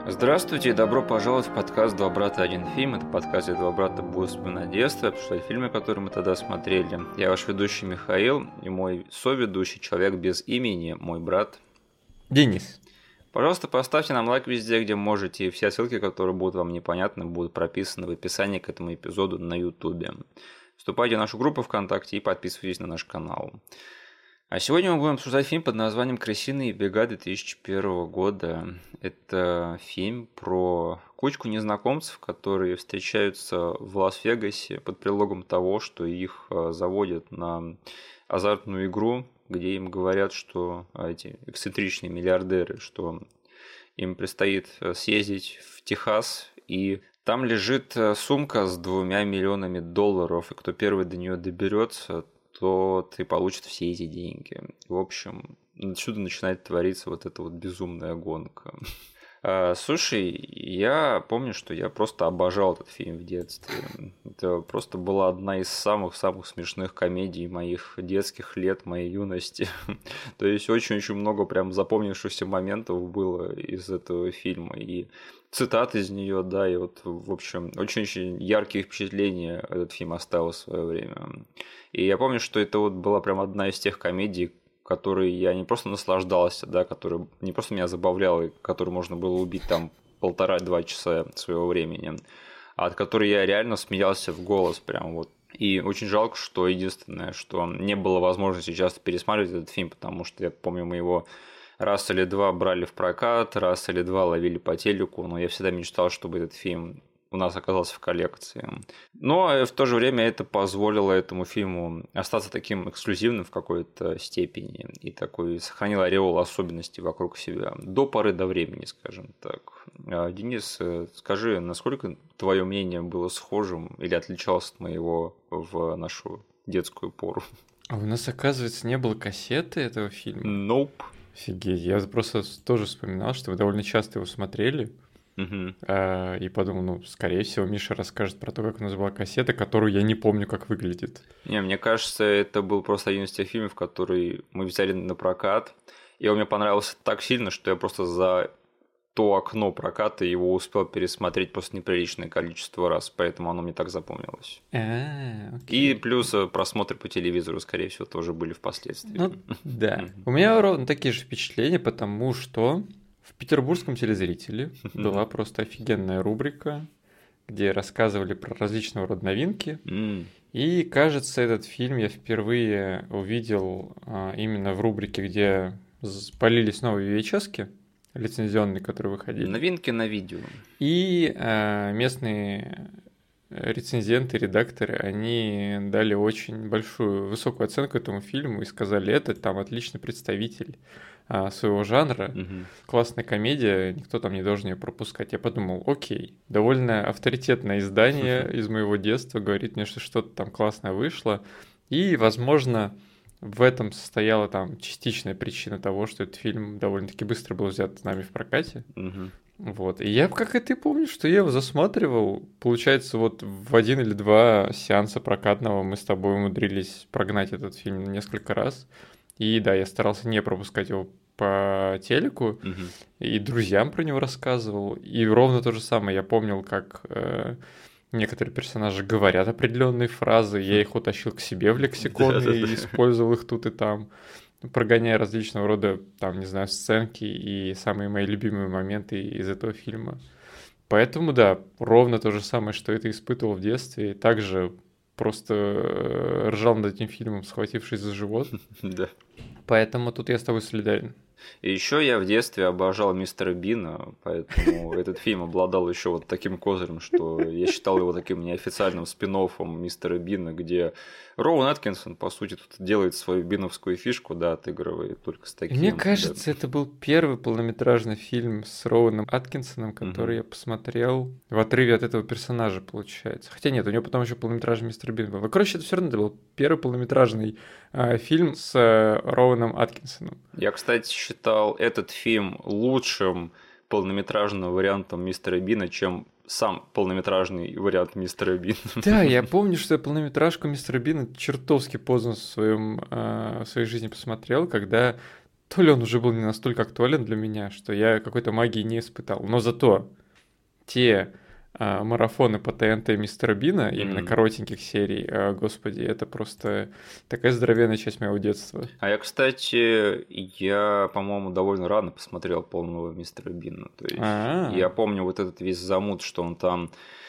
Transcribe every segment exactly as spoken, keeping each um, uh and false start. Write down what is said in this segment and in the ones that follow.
Здравствуйте и добро пожаловать в подкаст «Два брата. Один фильм». Это подкаст, где два брата будут вспоминать детство, обсуждать фильмы, которые мы тогда смотрели. Я ваш ведущий Михаил и мой соведущий, человек без имени, мой брат Денис. Пожалуйста, поставьте нам лайк везде, где можете, и все ссылки, которые будут вам непонятны, будут прописаны в описании к этому эпизоду на ютубе. Вступайте в нашу группу ВКонтакте и подписывайтесь на наш канал. А сегодня мы будем обсуждать фильм под названием «Крысиные бега» две тысячи первого года. Это фильм про кучку незнакомцев, которые встречаются в Лас-Вегасе под предлогом того, что их заводят на азартную игру, где им говорят, что эти эксцентричные миллиардеры, что им предстоит съездить в Техас, и там лежит сумка с двумя миллионами долларов, и кто первый до нее доберется, тот и получит все эти деньги. В общем, отсюда начинает твориться вот эта вот безумная гонка. Слушай, я помню, что я просто обожал этот фильм в детстве. Это просто была одна из самых-самых смешных комедий моих детских лет, моей юности. То есть очень-очень много прям запомнившихся моментов было из этого фильма. И цитат из нее, да, и вот, в общем, очень-очень яркие впечатления этот фильм оставил в свое время. И я помню, что это вот была прям одна из тех комедий, который я не просто наслаждался, да, который не просто меня забавлял, и который можно было убить там полтора-два часа своего времени, а от которой я реально смеялся в голос прям вот. И очень жалко, что единственное, что не было возможности часто пересматривать этот фильм, потому что я помню, мы его раз или два брали в прокат, раз или два ловили по телеку, но я всегда мечтал, чтобы этот фильм у нас оказался в коллекции. Но в то же время это позволило этому фильму остаться таким эксклюзивным в какой-то степени и такой сохранил ореол особенностей вокруг себя до поры до времени, скажем так. Денис, скажи, насколько твое мнение было схожим или отличалось от моего в нашу детскую пору? А у нас, оказывается, не было кассеты этого фильма? Nope. Офигеть, я просто тоже вспоминал, что вы довольно часто его смотрели. Угу. А, и подумал, ну, скорее всего, Миша расскажет про то, как у нас была кассета, которую я не помню, как выглядит. Не, мне кажется, это был просто один из тех фильмов, который мы взяли на прокат, и он мне понравился так сильно, что я просто за то окно проката его успел пересмотреть просто неприличное количество раз, поэтому оно мне так запомнилось. А, окей. И плюс просмотры по телевизору, скорее всего, тоже были впоследствии. Ну, да. У меня ровно такие же впечатления, потому что в «Петербургском телезрителе» была просто офигенная рубрика, где рассказывали про различного рода новинки. Mm. И, кажется, этот фильм я впервые увидел а, именно в рубрике, где полились новые ви эйч эс-ки, лицензионные, которые выходили. Новинки на видео. И а, местные рецензенты, редакторы, они дали очень большую, высокую оценку этому фильму и сказали, это там отличный представитель а, своего жанра, Угу. классная комедия, никто там не должен ее пропускать. Я подумал, окей, довольно авторитетное издание из моего детства говорит мне, что что-то там классное вышло, и, возможно, в этом состояла там частичная причина того, что этот фильм довольно-таки быстро был взят нами в прокате. Угу. Вот. И я, как и ты, помню, что я его засматривал. Получается, вот в один или два сеанса прокатного мы с тобой умудрились прогнать этот фильм несколько раз. И да, я старался не пропускать его по телеку, Угу. и друзьям про него рассказывал. И ровно то же самое. Я помнил, как э, некоторые персонажи говорят определенные фразы. Я их утащил к себе в лексикон и использовал их тут и там, прогоняя различного рода, там, не знаю, сценки и самые мои любимые моменты из этого фильма. Поэтому, да, ровно то же самое, что это испытывал в детстве, и также просто ржал над этим фильмом, схватившись за живот. Да. Поэтому тут я с тобой солидарен. И еще я в детстве обожал мистера Бина, поэтому этот фильм обладал еще вот таким козырем, что я считал его таким неофициальным спин-оффом мистера Бина, где Роуэн Аткинсон, по сути, тут делает свою биновскую фишку, да, отыгрывает только с таким. Мне кажется, да. это был первый полнометражный фильм с Роуэном Аткинсоном, который угу. я посмотрел в отрыве от этого персонажа, получается. Хотя нет, у него потом еще полнометражный мистер Бин был. Но, короче, это все равно это был первый полнометражный э, фильм с э, Роуэном Аткинсоном. Я, кстати, считал этот фильм лучшим полнометражным вариантом мистера Бина, чем сам полнометражный вариант мистера Бина. Да, я помню, что я полнометражку мистера Бина чертовски поздно в, своем, э, в своей жизни посмотрел, когда то ли он уже был не настолько актуален для меня, что я какой-то магии не испытал. Но зато те а, марафоны по ТНТ Мистера Бина, именно Мгм. коротеньких серий, а, господи, это просто такая здоровенная часть моего детства. А я, кстати, я, по-моему, довольно рано посмотрел полного Мистера Бина. То есть я А, помню вот этот весь замут, что он там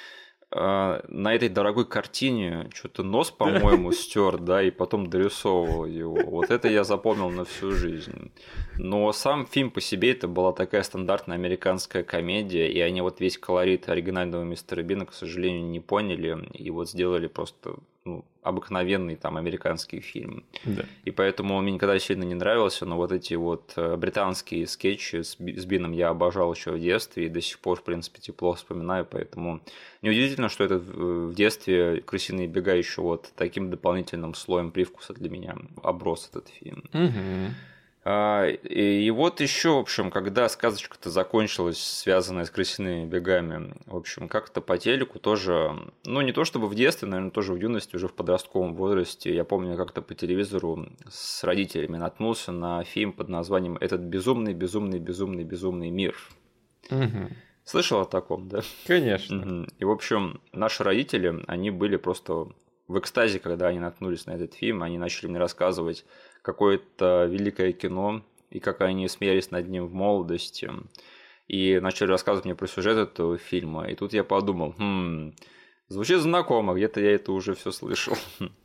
а, на этой дорогой картине что-то нос, по-моему, стер, да, и потом дорисовывал его. Вот это я запомнил на всю жизнь. Но сам фильм по себе это была такая стандартная американская комедия, и они вот весь колорит оригинального Мистера Бина, к сожалению, не поняли, и вот сделали просто ну, обыкновенный там американский фильм. да. И поэтому он мне никогда сильно не нравился, но вот эти вот э, британские скетчи с, Би- с Бином я обожал еще в детстве и до сих пор, в принципе, тепло вспоминаю, поэтому неудивительно, что это в в детстве «Крысиные бега» еще вот таким дополнительным слоем привкуса для меня оброс этот фильм. Мгм. А, И, и вот еще, в общем, когда сказочка-то закончилась, связанная с крысиными бегами, в общем, как-то по телеку тоже, ну, не то чтобы в детстве, наверное, тоже в юности, уже в подростковом возрасте, я помню, как-то по телевизору с родителями наткнулся на фильм под названием «Этот безумный, безумный, безумный, безумный мир». Мгм. Слышал о таком, да? Конечно. Мгм. И, в общем, наши родители, они были просто в экстазе, когда они наткнулись на этот фильм, они начали мне рассказывать какое-то великое кино, и как они смеялись над ним в молодости, и начали рассказывать мне про сюжет этого фильма, и тут я подумал, хм, звучит знакомо, где-то я это уже все слышал.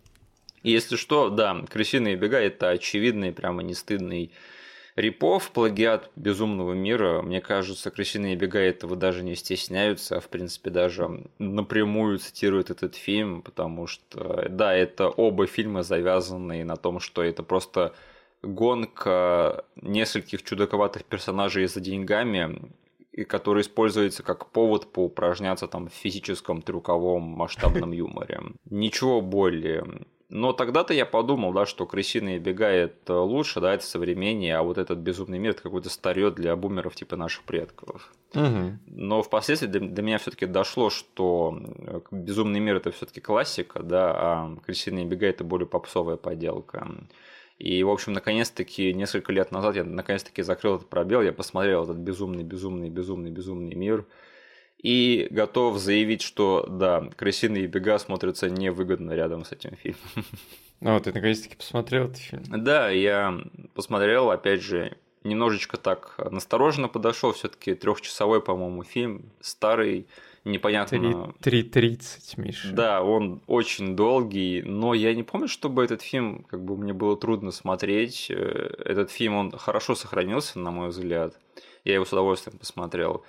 И если что, да, «Крысиные бега» — это очевидный, прямо не стыдный рипов, плагиат «Безумного мира». Мне кажется, «Крысиные бега» этого даже не стесняются, а в принципе даже напрямую цитируют этот фильм, потому что, да, это оба фильма завязаны на том, что это просто гонка нескольких чудаковатых персонажей за деньгами, и который используется как повод поупражняться там в физическом трюковом масштабном юморе. Ничего более. Но тогда-то я подумал, да, что «Крысиные бега» — это лучше, да, это современнее, а вот этот «Безумный мир» — это какой-то старье для бумеров типа наших предков. Мгм. Но впоследствии до, до меня все-таки дошло, что «Безумный мир» — это все-таки классика, да, а «Крысиные бега» — это более попсовая поделка. И, в общем, наконец-таки, несколько лет назад я наконец-таки закрыл этот пробел, я посмотрел этот безумный, безумный, безумный, безумный мир, и готов заявить, что да, «Крысиные бега» смотрятся невыгодно рядом с этим фильмом. Ну, ты наконец-таки посмотрел этот фильм. Да, я посмотрел, опять же, немножечко так настороженно подошел, все-таки трехчасовой, по-моему, фильм, старый, непонятно. три тридцать, Миша. Да, он очень долгий, но я не помню, чтобы этот фильм, как бы мне было трудно смотреть. Э, Этот фильм, он хорошо сохранился, на мой взгляд. Я его с удовольствием посмотрел.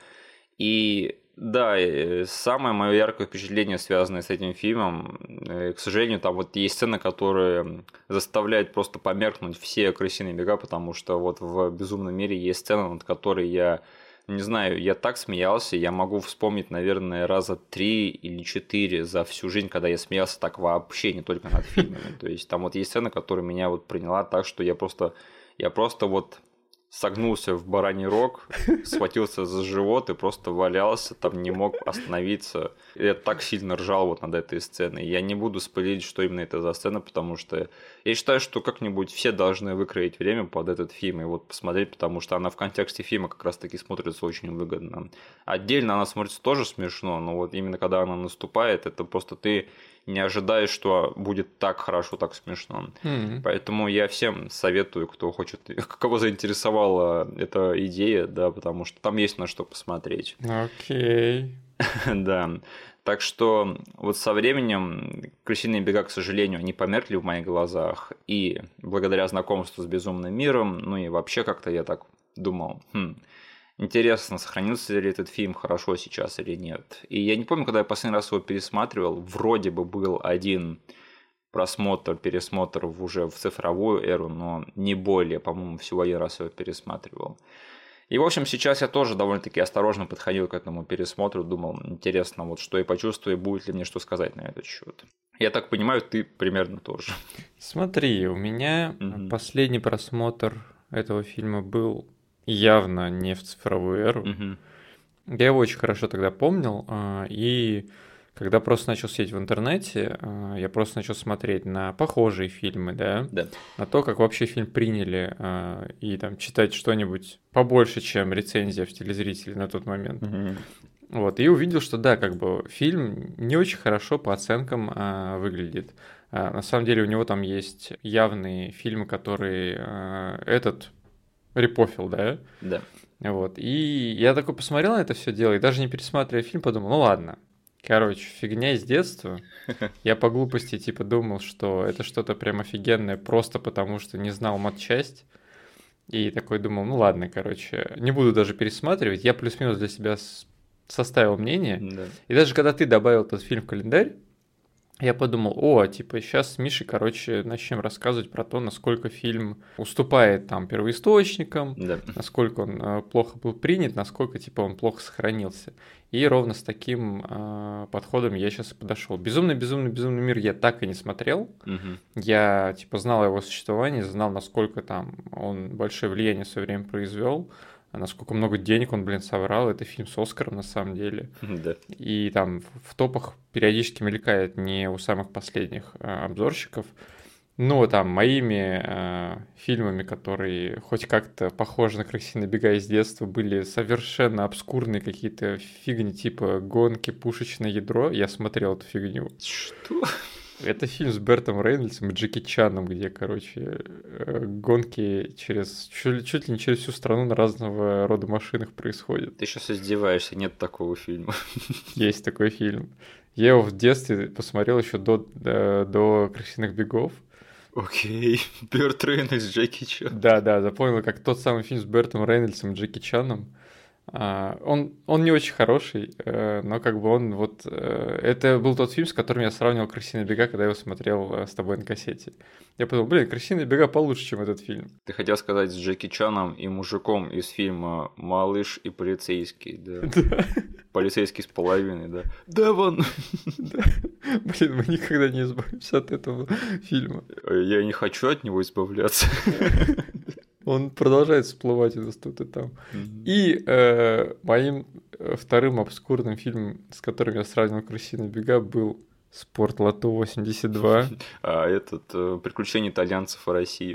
И да, э, самое мое яркое впечатление, связанное с этим фильмом, э, к сожалению, там вот есть сцена, которая заставляет просто померкнуть все «Крысиные бега», потому что вот в «Безумном мире» есть сцена, над которой я, не знаю, я так смеялся, я могу вспомнить, наверное, раза три или четыре за всю жизнь, когда я смеялся так вообще, не только над фильмами. То есть там вот есть сцена, которая меня вот приняла так, что я просто, я просто вот согнулся в бараний рог, схватился за живот и просто валялся, там не мог остановиться. И я так сильно ржал вот над этой сценой. Я не буду спойлерить, что именно это за сцена, потому что я считаю, что как-нибудь все должны выкроить время под этот фильм и вот посмотреть, потому что она в контексте фильма как раз-таки смотрится очень выгодно. Отдельно она смотрится тоже смешно, но вот именно когда она наступает, это просто ты не ожидаешь, что будет так хорошо, так смешно. Мгм. Поэтому я всем советую, кто хочет, кого заинтересовала эта идея, да, потому что там есть на что посмотреть. Окей. Да. Так что вот со временем «Крысиные бега», к сожалению, они померкли в моих глазах. И благодаря знакомству с «Безумным миром», ну и вообще как-то я так думал, хм, интересно, сохранился ли этот фильм хорошо сейчас или нет. И я не помню, когда я последний раз его пересматривал, вроде бы был один просмотр, пересмотр в- уже в цифровую эру, но не более, по-моему, всего один раз его пересматривал. И, в общем, сейчас я тоже довольно-таки осторожно подходил к этому пересмотру, думал, интересно, вот что я почувствую, будет ли мне что сказать на этот счет. Я так понимаю, ты примерно тоже. Смотри, у меня Мгм. последний просмотр этого фильма был явно не в цифровую эру. Мгм. Я его очень хорошо тогда помнил, а, и когда просто начал сидеть в интернете, э, я просто начал смотреть на похожие фильмы, да, Да. на то, как вообще фильм приняли, э, и там читать что-нибудь побольше, чем рецензия в телезрителе на тот момент. Мгм. Вот, и увидел, что да, как бы фильм не очень хорошо по оценкам а, выглядит. А, на самом деле у него там есть явные фильмы, которые а, этот репофил, да? Да. Вот, и я такой посмотрел на это все дело, и даже не пересматривая фильм, подумал, ну ладно, короче, фигня из детства. Я по глупости типа думал, что это что-то прям офигенное, просто потому что не знал матчасть. И такой думал, ну ладно, короче, не буду даже пересматривать. Я плюс-минус для себя с- составил мнение. Да. И даже когда ты добавил этот фильм в календарь, я подумал, о, типа, сейчас с Мишей, короче, начнем рассказывать про то, насколько фильм уступает там первоисточникам, Да. насколько он э, плохо был принят, насколько, типа, он плохо сохранился. И ровно с таким э, подходом я сейчас и подошел. «Безумный, безумный, безумный мир» я так и не смотрел. Мгм. Я, типа, знал о его существовании, знал, насколько там он большое влияние в свое время произвел, а насколько много денег он, блин, соврал. Это фильм с Оскаром, на самом деле. Да. И там в топах периодически мелькает не у самых последних э, обзорщиков, но там моими э, фильмами, которые хоть как-то похожи на «Крысиные бега» из детства, были совершенно обскурные какие-то фигни типа «Гонки», «Пушечное ядро», я смотрел эту фигню. Что? Это фильм с Бертом Рейнольдсом и Джеки Чаном, где, короче, э, гонки через чуть, чуть ли не через всю страну на разного рода машинах происходят. Ты сейчас издеваешься, нет такого фильма. Есть такой фильм. Я его в детстве посмотрел еще до, до, до «Крысиных бегов». Окей. Бёрд Рейнольдс, Джеки Чан. Да, да, запомнил, как тот самый фильм с Бертом Рейнольдсом и Джеки Чаном. А, он, он не очень хороший, э, но как бы он вот... э, это был тот фильм, с которым я сравнивал «Крысиные бега», когда я его смотрел э, с тобой на кассете. Я подумал, блин, «Крысиные бега» получше, чем этот фильм. Ты хотел сказать с Джеки Чаном и мужиком из фильма «Малыш и полицейский», да? Да, Полицейский с половиной, да? Девон! да. Блин, мы никогда не избавимся от этого фильма. Я не хочу от него избавляться. Он продолжает всплывать у нас тут и там. И э, моим э, вторым обскурным фильмом, с которым я сравнил «Крысиные бега», был «Спорт Лото восемьдесят два». А этот э, «Приключения итальянцев в России».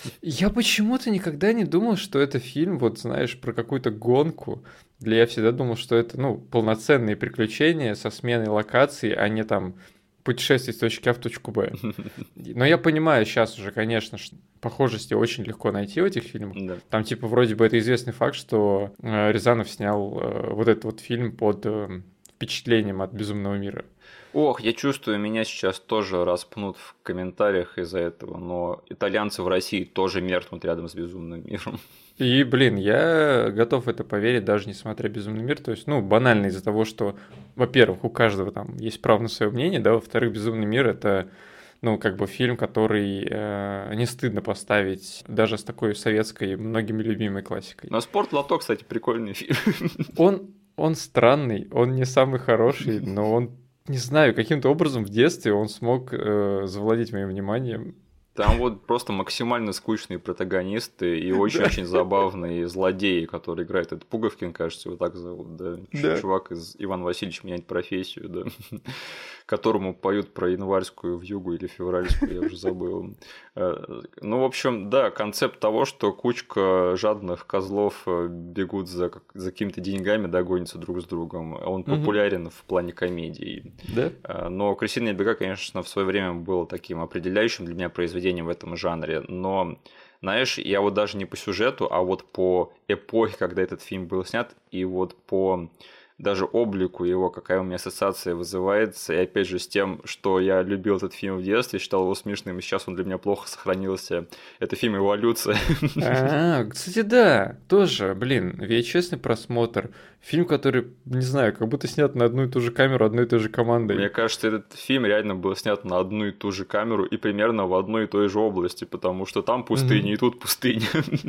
Я почему-то никогда не думал, что это фильм, вот знаешь, про какую-то гонку. Для я всегда думал, что это, ну, полноценные приключения со сменой локаций, а не там путешествие с точки А в точку Б. Но я понимаю сейчас уже, конечно, что похожести очень легко найти в этих фильмах. Да. Там, типа, вроде бы это известный факт, что э, Рязанов снял э, вот этот вот фильм под э, впечатлением от «Безумного мира». Ох, я чувствую, меня сейчас тоже распнут в комментариях из-за этого, но итальянцы в России тоже меркнут рядом с «Безумным миром». И, блин, я готов в это поверить, даже несмотря «Безумный мир». То есть, ну, банально из-за того, что, во-первых, у каждого там есть право на свое мнение, да, во-вторых, «Безумный мир» — это, ну, как бы фильм, который э, не стыдно поставить даже с такой советской, многими любимой классикой. Но «Спорт Лото», кстати, прикольный фильм. Он, он странный, он не самый хороший, но он, не знаю, каким-то образом в детстве он смог э, завладеть моим вниманием. Там вот просто максимально скучные протагонисты и очень-очень забавные злодеи, которые играют. Это Пуговкин, кажется, его так зовут, да? Да. Чувак из «Иван Васильевич меняет профессию», да? Которому поют про январскую вьюгу или февральскую, я уже забыл. Ну, в общем, да, концепт того, что кучка жадных козлов бегут за, за какими-то деньгами, да, гонятся друг с другом, он популярен в плане комедии. Да? Но «Крысиные бега», конечно, в свое время было таким определяющим для меня произведением в этом жанре, но, знаешь, я вот даже не по сюжету, а вот по эпохе, когда этот фильм был снят, и вот по даже облику его, какая у меня ассоциация вызывается, и опять же с тем, что я любил этот фильм в детстве, считал его смешным, и сейчас он для меня плохо сохранился. Это фильм «Эволюция». А, кстати, да, тоже, блин, ви эйч эс-ный просмотр. Фильм, который, не знаю, как будто снят на одну и ту же камеру одной и той же командой. Мне кажется, этот фильм реально был снят на одну и ту же камеру и примерно в одной и той же области, потому что там пустыня, mm-hmm. и тут пустыня.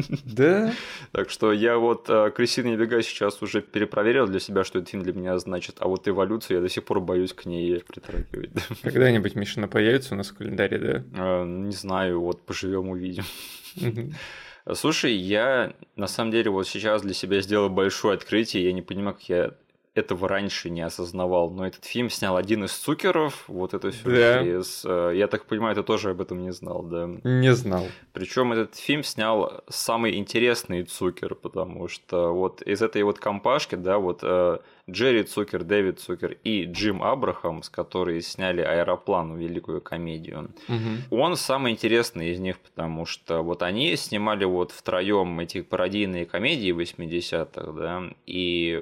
Да? Так что я вот «Крысиные бега» сейчас уже перепроверил для себя, что этот фильм для меня значит, а вот «Эволюцию» я до сих пор боюсь к ней притрагивать. Когда-нибудь Мишина появится у нас в календаре, да? А, не знаю, вот поживем увидим. Mm-hmm. Слушай, я на самом деле вот сейчас для себя сделал большое открытие, я не понимаю, как я этого раньше не осознавал, но этот фильм снял один из Цукеров, вот это все. Да. Из, я так понимаю, ты тоже об этом не знал, да? Не знал. Причем этот фильм снял самый интересный Цукер, потому что вот из этой вот компашки, да, вот Джерри Цукер, Дэвид Цукер и Джим Абрахамс, которые сняли «Аэроплан», великую комедию, угу. он самый интересный из них, потому что вот они снимали вот втроем эти пародийные комедии восьмидесятых, да, и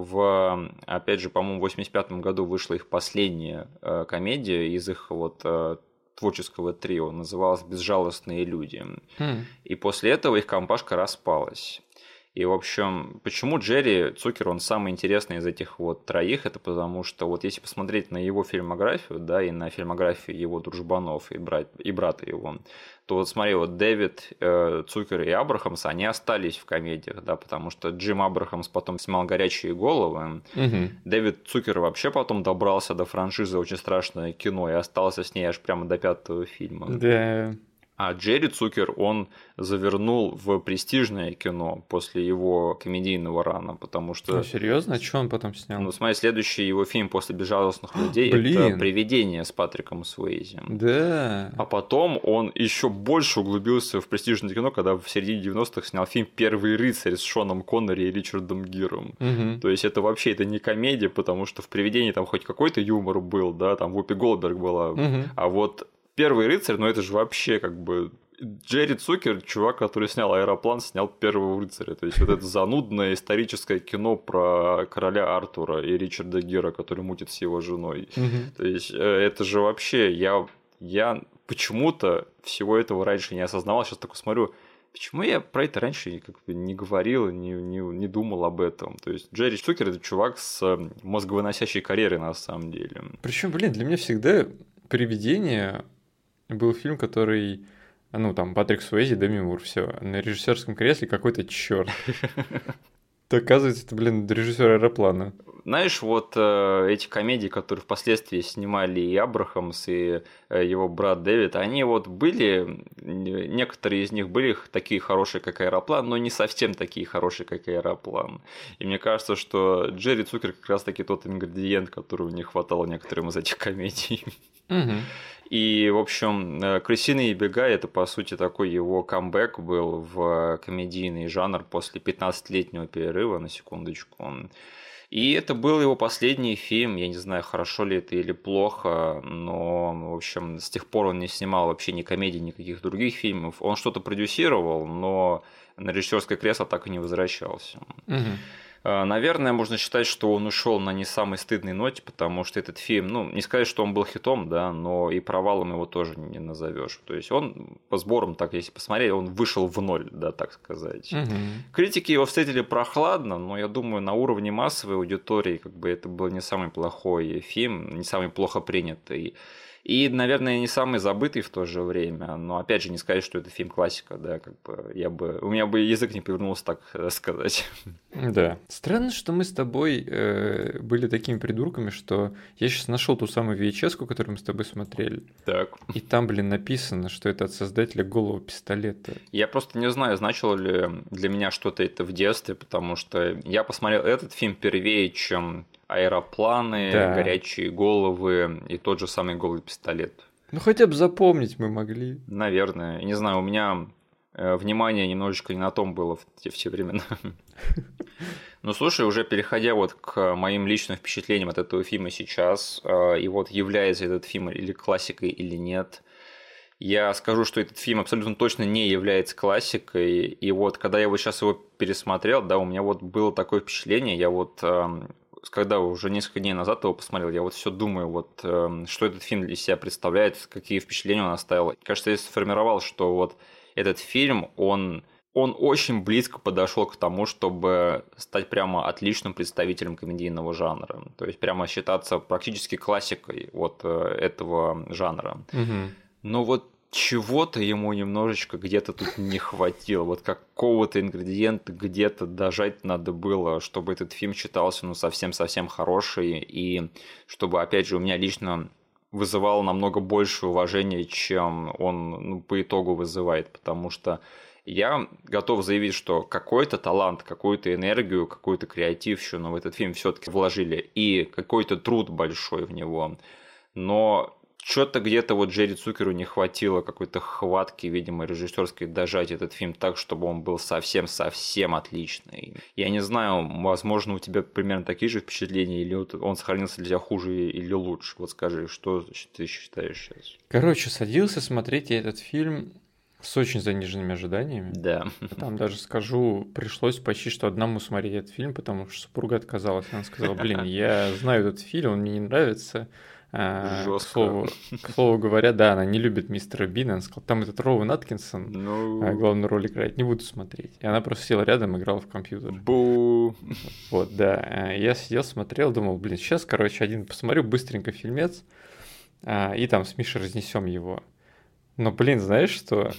в, опять же, по-моему, в восемьдесят пятом году вышла их последняя э, комедия из их вот э, творческого трио, называлась «Безжалостные люди». Mm. И после этого их компашка распалась. И, в общем, почему Джерри Цукер, он самый интересный из этих вот троих, это потому что вот если посмотреть на его фильмографию, да, и на фильмографию его дружбанов и, брат, и брата его, то вот смотри, вот Дэвид э, Цукер и Абрахамс, они остались в комедиях, да, потому что Джим Абрахамс потом снимал «Горячие головы», mm-hmm. Дэвид Цукер вообще потом добрался до франшизы «Очень страшное кино» и остался с ней аж прямо до пятого фильма. Да. Yeah. А Джерри Цукер, он завернул в престижное кино после его комедийного рана, потому что... Ну, серьезно? А что он потом снял? Ну, смотри, следующий его фильм после «Безжалостных людей» Блин. это «Привидение» с Патриком Суэйзи. Да. А потом он еще больше углубился в престижное кино, когда в середине девяностых снял фильм «Первый рыцарь» с Шоном Коннери и Ричардом Гиром. Угу. То есть это вообще это не комедия, потому что в «Привидении» там хоть какой-то юмор был, да, там Вупи Голдберг была, угу. а вот «Первый рыцарь», ну это же вообще как бы... Джерри Цукер, чувак, который снял «Аэроплан», снял «Первого рыцаря». То есть вот это занудное историческое кино про короля Артура и Ричарда Гира, который мутит с его женой. Угу. То есть это же вообще... Я, я почему-то всего этого раньше не осознавал. Сейчас такой смотрю, почему я про это раньше как бы не говорил, не, не, не думал об этом. То есть Джерри Цукер – это чувак с мозговыносящей карьерой на самом деле. Причем, блин, для меня всегда «Привидение» был фильм, который... Ну, там, Патрик Суэйзи, Деми Мур, все. На режиссерском кресле какой-то черт. То оказывается, это, блин, режиссер «Аэроплана». Знаешь, вот э, эти комедии, которые впоследствии снимали и Абрахамс, и э, его брат Дэвид, они вот были, некоторые из них были такие хорошие, как «Аэроплан», но не совсем такие хорошие, как «Аэроплан». И мне кажется, что Джерри Цукер как раз-таки тот ингредиент, которого не хватало некоторым из этих комедий. Угу. И, в общем, «Крысиные бега» – это, по сути, такой его камбэк был в комедийный жанр после пятнадцатилетнего перерыва, на секундочку. И это был его последний фильм, я не знаю, хорошо ли это или плохо, но, в общем, с тех пор он не снимал вообще ни комедий, никаких других фильмов. Он что-то продюсировал, но на режиссерское кресло так и не возвращался. Угу. Наверное, можно считать, что он ушел на не самой стыдной ноте, потому что этот фильм, ну, не сказать, что он был хитом, да, но и провалом его тоже не назовешь. То есть он по сборам, так если посмотреть, он вышел в ноль, да, так сказать. Угу. Критики его встретили прохладно, но я думаю, на уровне массовой аудитории, как бы это был не самый плохой фильм, не самый плохо принятый. И, наверное, не самый забытый в то же время, но опять же не сказать, что это фильм классика, да, как бы я бы, у меня бы язык не повернулся так сказать. Да. Странно, что мы с тобой э, были такими придурками, что я сейчас нашел ту самую ви эйч эс-ку, которую мы с тобой смотрели. Так. И там, блин, написано, что это от создателя «Голого пистолета». Я просто не знаю, значило ли для меня что-то это в детстве, потому что я посмотрел этот фильм первее, чем «Аэропланы», да. «Горячие головы» и тот же самый «Голый пистолет». Ну, хотя бы запомнить мы могли. Наверное. Я не знаю, у меня э, внимание немножечко не на том было в те, в те времена. Ну, слушай, уже переходя вот к моим личным впечатлениям от этого фильма сейчас, э, и вот является этот фильм или классикой, или нет, я скажу, что этот фильм абсолютно точно не является классикой. И вот когда я вот сейчас его пересмотрел, да, у меня вот было такое впечатление, я вот... Э, когда уже несколько дней назад его посмотрел, я вот все думаю, вот, э, что этот фильм из себя представляет, какие впечатления он оставил. Кажется, я сформировал, что вот этот фильм, он, он очень близко подошел к тому, чтобы стать прямо отличным представителем комедийного жанра. То есть прямо считаться практически классикой вот э, этого жанра. Угу. Но вот чего-то ему немножечко где-то тут не хватило. Вот какого-то ингредиента где-то дожать надо было, чтобы этот фильм считался ну совсем-совсем хороший. И чтобы, опять же, у меня лично вызывал намного больше уважения, чем он ну, по итогу вызывает. Потому что Я готов заявить, что какой-то талант, какую-то энергию, какую-то креативщину в этот фильм все-таки вложили, и какой-то труд большой в него. Но что-то где-то вот Джерри Цукеру не хватило какой-то хватки, видимо, режиссерской дожать этот фильм так, чтобы он был совсем-совсем отличный. Я не знаю, возможно, у тебя примерно такие же впечатления, или он сохранился для тебя хуже или лучше. Вот скажи, что ты считаешь сейчас? Короче, садился смотреть я этот фильм с очень заниженными ожиданиями. Да. Там даже скажу, пришлось почти что одному смотреть этот фильм, потому что супруга отказалась. Она сказала, блин, я знаю этот фильм, он мне не нравится. А, к, слову, к слову говоря, да, она не любит мистера Бина. Она сказала, там этот Роуэн Аткинсон ну... главную роль играет, не буду смотреть. И она просто села рядом, играла в компьютер. Бу! Вот, да. Я сидел, смотрел, думал, блин, сейчас, короче, один посмотрю быстренько фильмец, и там с Мишей разнесем его. Но, блин, знаешь что?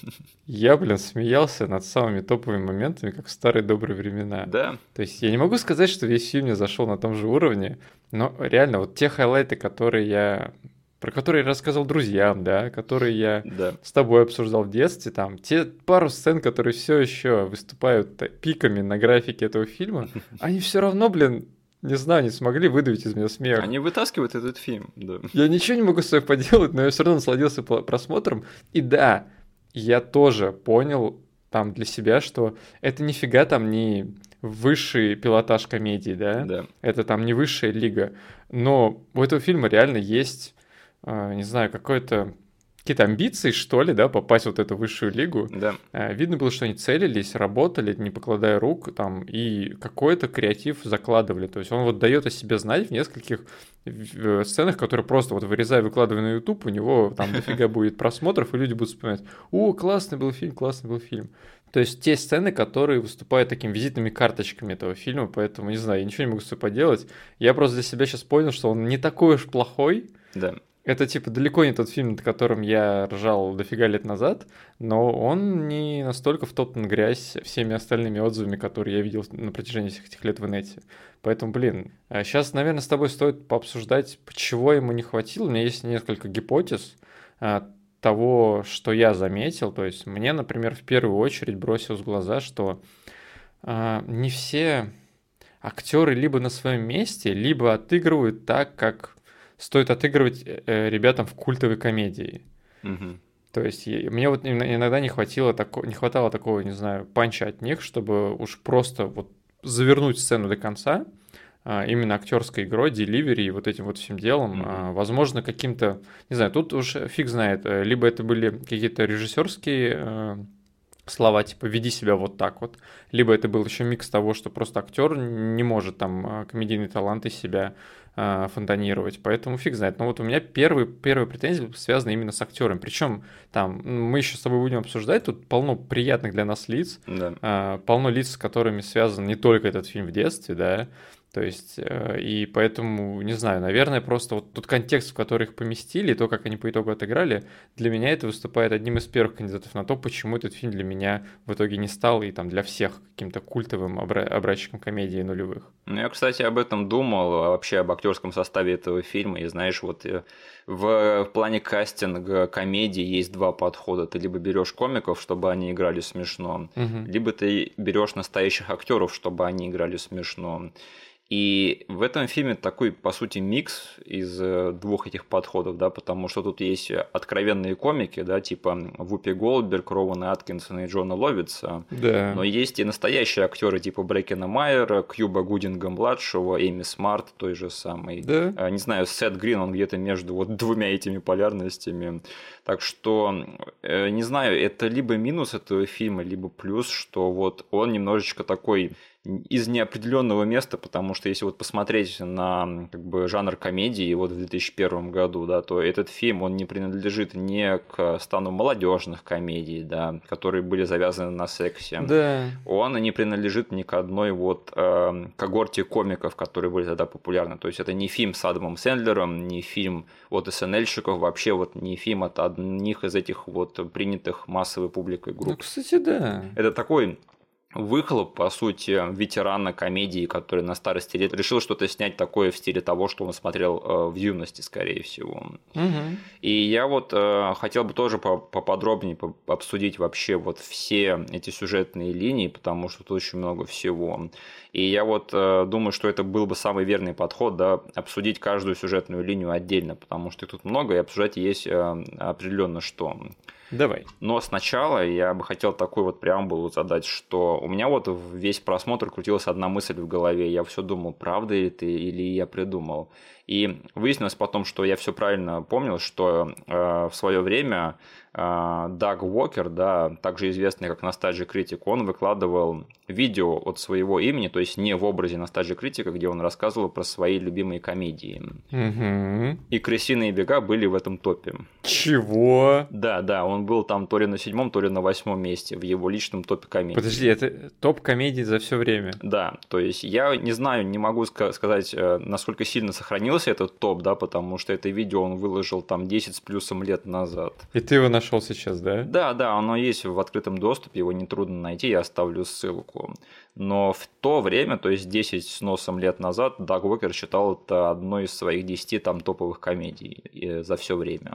Я, блин, смеялся над самыми топовыми моментами, как в старые добрые времена. Да. То есть я не могу сказать, что весь фильм мне зашел на том же уровне, но реально вот те хайлайты, которые я... про которые я рассказывал друзьям, да, которые я да. с тобой обсуждал в детстве, там, те пару сцен, которые все еще выступают пиками на графике этого фильма, они все равно, блин, не знаю, не смогли выдавить из меня смех. Они вытаскивают этот фильм, да. Я ничего не могу с собой поделать, но я все равно насладился просмотром. И да, я тоже понял там для себя, что это нифига там не высший пилотаж комедии, да? Да. Это там не высшая лига. Но у этого фильма реально есть, не знаю, какой-то... какие-то амбиции, что ли, да, попасть в вот эту высшую лигу. Да. Видно было, что они целились, работали, не покладая рук, там, и какой-то креатив закладывали. То есть он вот дает о себе знать в нескольких сценах, которые просто вот вырезая, выкладывая на YouTube, у него там дофига будет просмотров, и люди будут вспоминать, о, классный был фильм, классный был фильм. То есть те сцены, которые выступают такими визитными карточками этого фильма, поэтому, не знаю, я ничего не могу с собой поделать. Я просто для себя сейчас понял, что он не такой уж плохой. Да. Это, типа, далеко не тот фильм, над которым я ржал дофига лет назад, но он не настолько втоптан грязь всеми остальными отзывами, которые я видел на протяжении всех этих лет в инете. Поэтому, блин, сейчас, наверное, с тобой стоит пообсуждать, чего ему не хватило. У меня есть несколько гипотез того, что я заметил. То есть мне, например, в первую очередь бросилось в глаза, что не все актеры либо на своем месте, либо отыгрывают так, как... стоит отыгрывать э, ребятам в культовой комедии. Угу. То есть я, мне вот иногда не хватило тако, не хватало такого, не знаю, панча от них, чтобы уж просто вот завернуть сцену до конца, а, именно актерской игрой, деливери и вот этим вот всем делом. Mm-hmm. А, возможно, каким-то, не знаю, тут уж фиг знает, либо это были какие-то режиссерские э, слова, типа «веди себя вот так вот», либо это был еще микс того, что просто актер не может там комедийный талант из себя фонтанировать, поэтому фиг знает. Но вот у меня первые, первые претензии связаны именно с актером. Причем там мы еще с тобой будем обсуждать, тут полно приятных для нас лиц, да. полно лиц, с которыми связан не только этот фильм в детстве, да, то есть, и поэтому, не знаю, наверное, просто вот тот контекст, в который их поместили, и то, как они по итогу отыграли, для меня это выступает одним из первых кандидатов на то, почему этот фильм для меня в итоге не стал, и там для всех каким-то культовым обра- образчиком комедии нулевых. Ну, я, кстати, об этом думал, вообще об актерском составе этого фильма, и знаешь, вот в, в плане кастинга комедии есть два подхода. Ты либо берешь комиков, чтобы они играли смешно, угу. либо ты берешь настоящих актеров, чтобы они играли смешно. И в этом фильме такой, по сути, микс из двух этих подходов, да, потому что тут есть откровенные комики, да, типа Вупи Голдберг, Роуэна Аткинсона и Джона Ловица, да. Но есть и настоящие актеры типа Брэкена Майера, Кьюба Гудинга-младшего, Эми Смарт той же самой. Да. Не знаю, Сет Грин, он где-то между вот двумя этими полярностями. Так что, не знаю, это либо минус этого фильма, либо плюс, что вот он немножечко такой... из неопределенного места, потому что если вот посмотреть на как бы жанр комедии вот в две тысячи первом году, да, то этот фильм, он не принадлежит не к стану молодежных комедий, да, которые были завязаны на сексе. Да. Он не принадлежит ни к одной вот э, когорте комиков, которые были тогда популярны. То есть это не фильм с Адамом Сэндлером, не фильм от эс эн эль-щиков, вообще вот не фильм от одних из этих вот принятых массовой публикой групп. Ну, кстати, да. Это такой выхлоп, по сути, ветерана комедии, который на старости лет решил что-то снять такое в стиле того, что он смотрел в юности, скорее всего. Угу. И я вот э, хотел бы тоже поподробнее обсудить вообще вот все эти сюжетные линии, потому что тут очень много всего. И я вот э, думаю, что это был бы самый верный подход, да, обсудить каждую сюжетную линию отдельно, потому что их тут много, и обсуждать есть э, определенно что. Давай. Но сначала я бы хотел такую вот преамбулу задать, что у меня вот весь просмотр крутилась одна мысль в голове. Я все думал, правда ли ты или я придумал. И выяснилось потом, что я все правильно помнил, что э, в свое время э, Даг Уокер, да, также известный как Nostalgia Critic, он выкладывал видео от своего имени, то есть не в образе Nostalgia Critic, где он рассказывал про свои любимые комедии. Угу. И «Крысиные бега» были в этом топе. Чего? Да, да, он был там то ли на седьмом, то ли на восьмом месте в его личном топе комедий. Подожди, это топ комедий за все время? Да, то есть я не знаю, не могу сказать, насколько сильно сохранился этот топ, да, потому что это видео он выложил там десять с плюсом лет назад. И ты его нашел сейчас, да? Да, да, оно есть в открытом доступе, его нетрудно найти, я оставлю ссылку. Но в то время, то есть десять с носом лет назад, Даг Уокер считал это одной из своих десяти там топовых комедий за все время.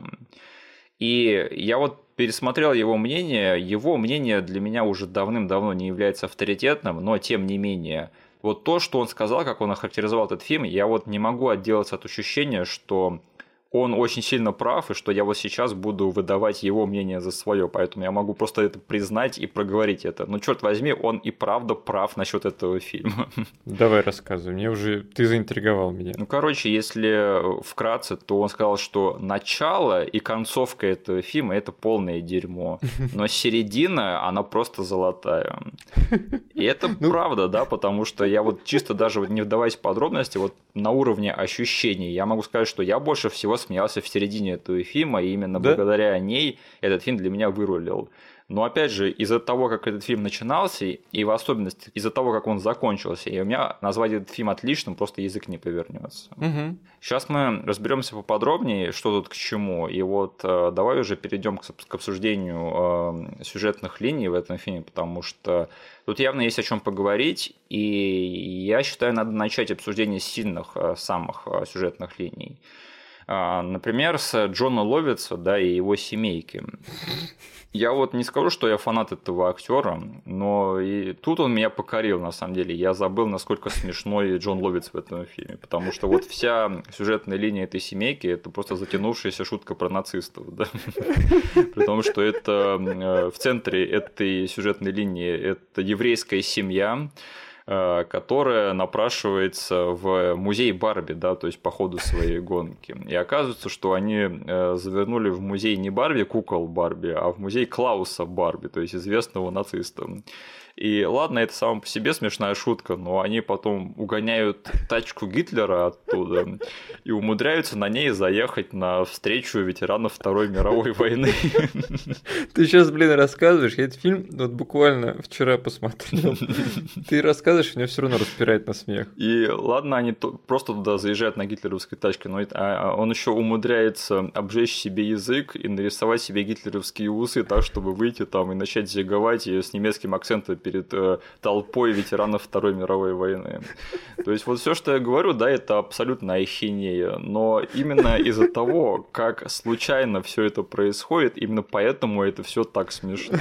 И я вот пересмотрел его мнение, его мнение для меня уже давным-давно не является авторитетным, но тем не менее, вот то, что он сказал, как он охарактеризовал этот фильм, я вот не могу отделаться от ощущения, что он очень сильно прав, и что я вот сейчас буду выдавать его мнение за свое, поэтому я могу просто это признать и проговорить это. Но, черт возьми, он и правда прав насчет этого фильма. Давай рассказывай, мне уже ты заинтриговал меня. Ну, короче, если вкратце, то он сказал, что начало и концовка этого фильма – это полное дерьмо, но середина, она просто золотая. И это ну... правда, да, потому что я вот чисто даже вот не вдаваясь в подробности, вот на уровне ощущений, я могу сказать, что я больше всего смеялся в середине этого фильма, и именно да? благодаря ней этот фильм для меня вырулил. Но опять же, из-за того, как этот фильм начинался, и в особенности из-за того, как он закончился, и у меня назвать этот фильм отличным просто язык не повернется. Угу. Сейчас мы разберемся поподробнее, что тут к чему. И вот э, давай уже перейдем к, к обсуждению э, сюжетных линий в этом фильме, потому что тут явно есть о чем поговорить, и я считаю, надо начать обсуждение сильных э, самых э, сюжетных линий. Э, например, с Джона Ловица, да, и его семейки. Я вот не скажу, что я фанат этого актера, но и тут он меня покорил, на самом деле. Я забыл, насколько смешной Джон Ловиц в этом фильме, потому что вот вся сюжетная линия этой семейки – это просто затянувшаяся шутка про нацистов, да? При том, что это в центре этой сюжетной линии это еврейская семья, которая напрашивается в музей Барби, да, то есть по ходу своей гонки. И оказывается, что они завернули в музей не Барби, кукол Барби, а в музей Клауса Барби, то есть известного нациста. И ладно, это сама по себе смешная шутка, но они потом угоняют тачку Гитлера оттуда и умудряются на ней заехать на встречу ветеранов Второй мировой войны. Ты сейчас, блин, рассказываешь, я этот фильм вот буквально вчера посмотрел. Ты рассказываешь, меня все равно распирает на смех. И ладно, они просто туда заезжают на гитлеровской тачке, но он еще умудряется обжечь себе язык и нарисовать себе гитлеровские усы так, чтобы выйти там и начать зиговать и с немецким акцентом перед э, толпой ветеранов Второй мировой войны. То есть вот все, что я говорю, да, это абсолютно ахинея, но именно из-за того, как случайно все это происходит, именно поэтому это все так смешно.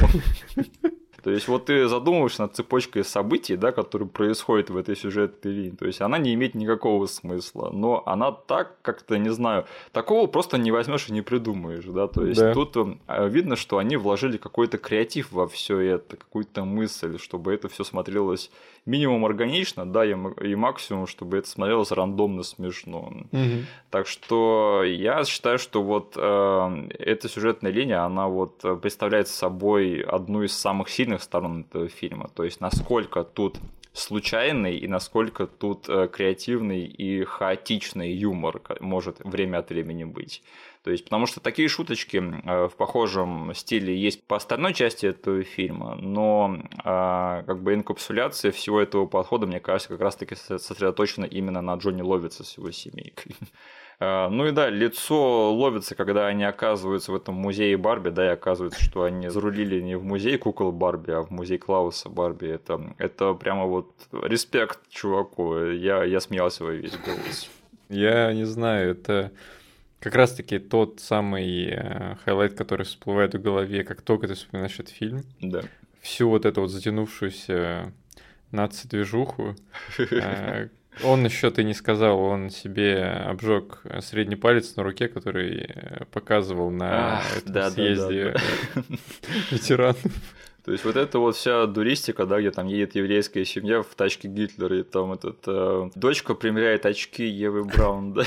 То есть вот ты задумываешься над цепочкой событий, да, которые происходят в этой сюжетной линии. То есть она не имеет никакого смысла, но она так как-то, не знаю, такого просто не возьмешь и не придумаешь, да. То есть да. Тут видно, что они вложили какой-то креатив во все это, какую-то мысль, чтобы это все смотрелось минимум органично, да, и максимум, чтобы это смотрелось рандомно смешно. Угу. Так что я считаю, что вот э, эта сюжетная линия, она вот представляет собой одну из самых сильных сторон этого фильма. То есть насколько тут случайный и насколько тут э, креативный и хаотичный юмор может время от времени быть. То есть, потому что такие шуточки в похожем стиле есть по остальной части этого фильма, но как бы инкапсуляция всего этого подхода, мне кажется, как раз-таки сосредоточена именно на Джонни Ловице с его семейкой. Ну и да, лицо ловится, когда они оказываются в этом музее Барби, да, и оказывается, что они зарулили не в музей кукол Барби, а в музей Клауса Барби. Это, это прямо вот респект чуваку. Я, я смеялся во весь голос. Я не знаю, это как раз-таки тот самый э, хайлайт, который всплывает в голове, как только ты вспоминаешь этот фильм. Да. Всю вот эту вот затянувшуюся наци-движуху. Э, он еще, ты не сказал, он себе обжег средний палец на руке, который показывал на Ах, этом да, съезде да, да, да. ветеранов. То есть вот это вот вся дуристика, да, где там едет еврейская семья в тачке Гитлера, и там этот э, дочка примеряет очки Евы Браун, да.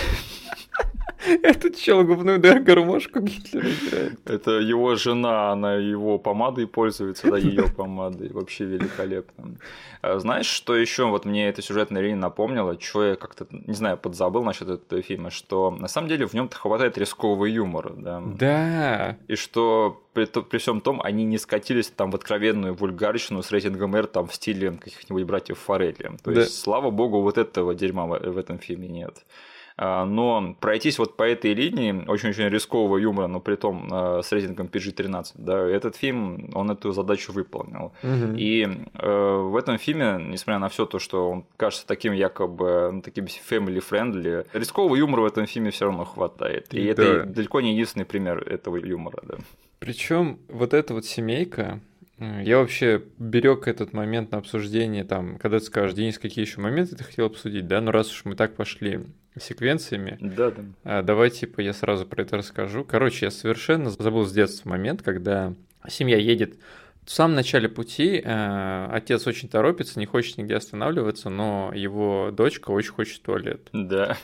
Этот чел губную гармошку Гитлера играет. Это его жена, она его помадой пользуется, да, ее помадой. Вообще великолепно. Знаешь, что еще вот мне эта сюжетная линия напомнила, что я как-то, не знаю, подзабыл насчет этого фильма, что на самом деле в нем-то хватает рискового юмора, да. Да. И что при, при всем том они не скатились там в откровенную вульгарщину с рейтингом R там в стиле каких-нибудь братьев Форелли. То Да. есть, слава богу, вот этого дерьма в, в этом фильме нет. Но пройтись вот по этой линии очень-очень рискового юмора, но при том с рейтингом пи джи тринадцать, да, этот фильм, он эту задачу выполнил. Угу. И э, в этом фильме, несмотря на все то, что он кажется таким якобы ну, таким family-friendly, рискового юмора в этом фильме все равно хватает. И да. Это далеко не единственный пример этого юмора. Да. Причем вот эта вот семейка, я вообще берег этот момент на обсуждение, там, когда ты скажешь, Денис, какие еще моменты ты хотел обсудить, да, но раз уж мы так пошли секвенциями, да, да. Давай, типа, я сразу про это расскажу. Короче, я совершенно забыл с детства момент, когда семья едет в самом начале пути, э, отец очень торопится, не хочет нигде останавливаться, но его дочка очень хочет в туалет. Да.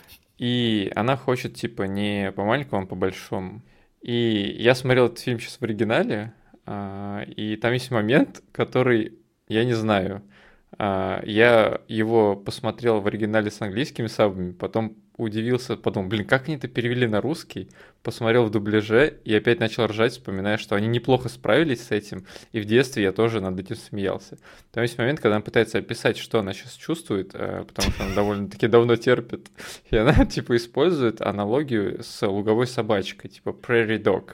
И она хочет, типа, не по маленькому, а по большому. И я смотрел этот фильм сейчас в оригинале, э, и там есть момент, который, я не знаю... Я его посмотрел в оригинале с английскими сабами, потом удивился, подумал, блин, как они это перевели на русский, посмотрел в дубляже и опять начал ржать, вспоминая, что они неплохо справились с этим, и в детстве я тоже над этим смеялся. Там есть момент, когда она пытается описать, что она сейчас чувствует, потому что она довольно-таки давно терпит, и она, типа, использует аналогию с луговой собачкой, типа prairie dog.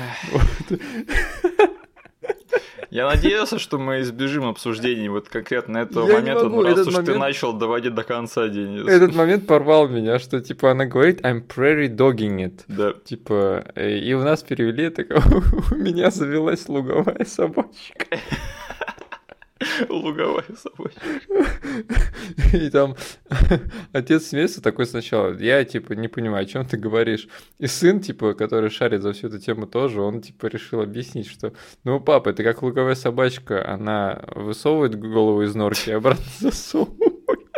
Я надеялся, что мы избежим обсуждений вот конкретно этого я момента, могу, но раз уж момент... ты начал доводить до конца, Денис. Этот момент порвал меня, что типа она говорит I'm prairie dogging it. Да. Типа, и у нас перевели это, у меня завелась луговая собачка. Луговая собачка. И там отец смеется такой сначала, я, типа, не понимаю, о чем ты говоришь. И сын, типа, который шарит за всю эту тему тоже, он, типа, решил объяснить, что, ну, папа, это как луговая собачка, она высовывает голову из норки и обратно засовывает.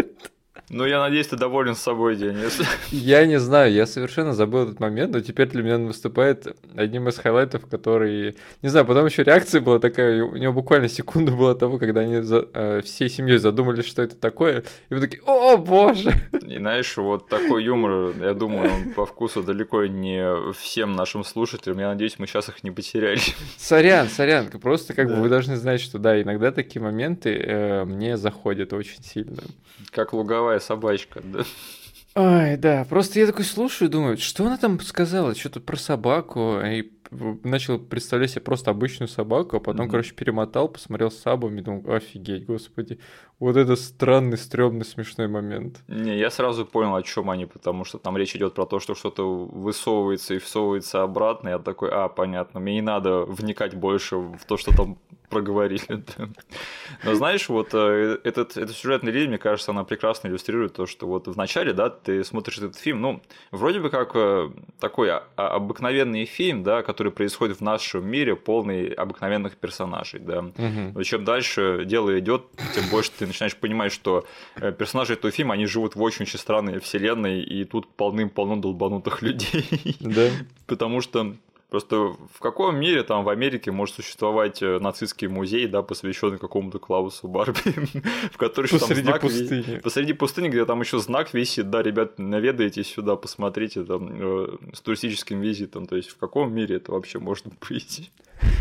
Ну, я надеюсь, ты доволен с собой, Денис. Я не знаю, я совершенно забыл этот момент, но теперь для меня он выступает одним из хайлайтов, который... Не знаю, потом еще реакция была такая, у него буквально секунда была того, когда они за, э, всей семьей задумались, что это такое, и вы такие, о, боже! И знаешь, вот такой юмор, я думаю, он по вкусу далеко не всем нашим слушателям, я надеюсь, мы сейчас их не потеряли. Сорян, сорян, просто как да. бы вы должны знать, что да, иногда такие моменты э, мне заходят очень сильно. Как луговая собачка, да. Ой, да, просто я такой слушаю и думаю, что она там сказала, что-то про собаку, и начал представлять себе просто обычную собаку, а потом, mm-hmm. короче, перемотал, посмотрел с сабами и думал, офигеть, господи, вот это странный, стрёмный, смешной момент. Не, я сразу понял, о чем они, потому что там речь идет про то, что что-то высовывается и всовывается обратно, я такой, а, понятно, мне не надо вникать больше в то, что там проговорили. Но знаешь, вот этот, эта сюжетная линия, мне кажется, она прекрасно иллюстрирует то, что вот в начале, да, ты смотришь этот фильм, ну, вроде бы как такой обыкновенный фильм, да, который происходит в нашем мире, полный обыкновенных персонажей, да. Угу. Но чем дальше дело идет, тем больше ты начинаешь понимать, что персонажи этого фильма, они живут в очень-очень странной вселенной, и тут полным-полно долбанутых людей. Да. Потому что просто в каком мире там в Америке может существовать нацистский музей, да, посвященный какому-то Клаусу Барби, в который посреди там знак пустыни. Ви... посреди пустыни, где там еще знак висит, да, ребят, наведайтесь сюда, посмотрите там э, с туристическим визитом, то есть в каком мире это вообще может быть?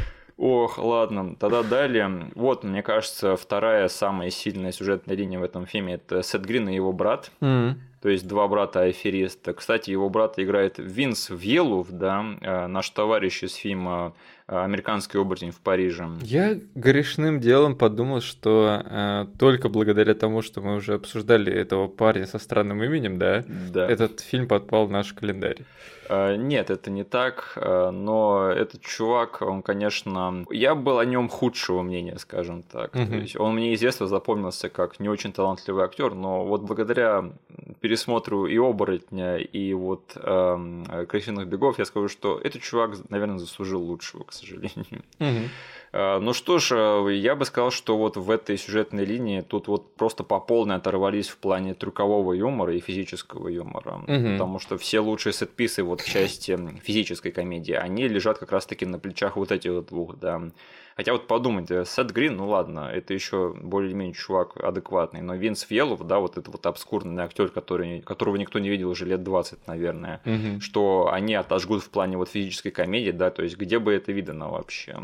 Ох, ладно, тогда далее. Вот, мне кажется, вторая самая сильная сюжетная линия в этом фильме – это Сет Грин и его брат. Mm. То есть два брата-афериста. Кстати, его брат играет Винс Вьелов, да, наш товарищ из фильма «Американский оборотень в Париже». Я грешным делом подумал, что э, только благодаря тому, что мы уже обсуждали этого парня со странным именем, да, да. этот фильм попал в наш календарь. Нет, это не так, но этот чувак, он, конечно... Я был о нем худшего мнения, скажем так. Угу. То есть он мне из детства запомнился как не очень талантливый актер, но вот благодаря пересмотру и «Оборотня», и вот э, «Крысиных бегов» я скажу, что этот чувак, наверное, заслужил лучшего, к сожалению. Угу. Ну что ж, я бы сказал, что вот в этой сюжетной линии тут вот просто по полной оторвались в плане трюкового юмора и физического юмора, угу. потому что все лучшие сетписы вот в части физической комедии, они лежат как раз-таки на плечах вот этих вот двух, да. Хотя вот подумать, Сет Грин, ну ладно, это еще более-менее чувак адекватный, но Винс Вьелов, да, вот этот вот обскурный актер, который, которого никто не видел уже лет двадцать, наверное, угу. что они отожгут в плане вот физической комедии, да, то есть где бы это видано вообще.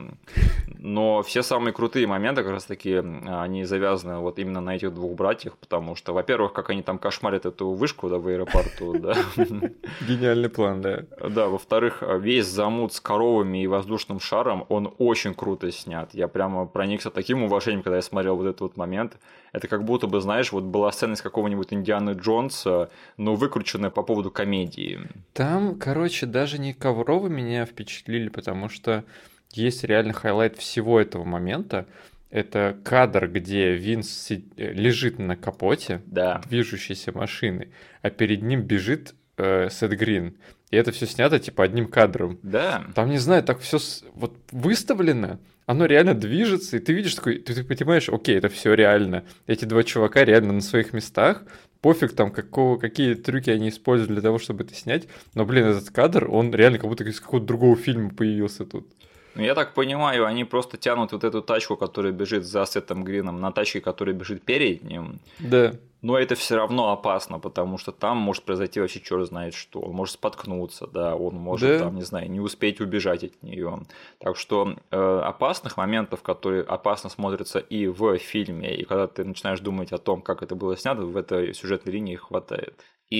Но все самые крутые моменты как раз-таки, они завязаны вот именно на этих двух братьях, потому что, во-первых, как они там кошмарят эту вышку, да, в аэропорту, да. Гениальный план, да. Да, во-вторых, весь замут с коровами и воздушным шаром, он очень круто снят. Я прямо проникся таким уважением, когда я смотрел вот этот вот момент. Это как будто бы, знаешь, вот была сцена из какого-нибудь Индианы Джонса, но выкрученная по поводу комедии. Там, короче, даже не ковровы меня впечатлили, потому что есть реально хайлайт всего этого момента. Это кадр, где Винс лежит на капоте да. движущейся машины, а перед ним бежит э, Сет Грин. И это все снято типа одним кадром. Да. Там, не знаю, так все вот выставлено, оно реально движется, и ты видишь такой, ты, ты понимаешь, окей, это все реально. Эти два чувака реально на своих местах. Пофиг там, какого, какие трюки они используют для того, чтобы это снять. Но, блин, этот кадр, он реально как будто из какого-то другого фильма появился тут. Ну, я так понимаю, они просто тянут вот эту тачку, которая бежит за Сетом Грином, на тачке, которая бежит перед ним. Да. Но это все равно опасно, потому что там может произойти вообще черт знает что. Он может споткнуться, да, он может, да. там, не знаю, не успеть убежать от нее. Так что э, опасных моментов, которые опасно смотрятся и в фильме, и когда ты начинаешь думать о том, как это было снято, в этой сюжетной линии хватает.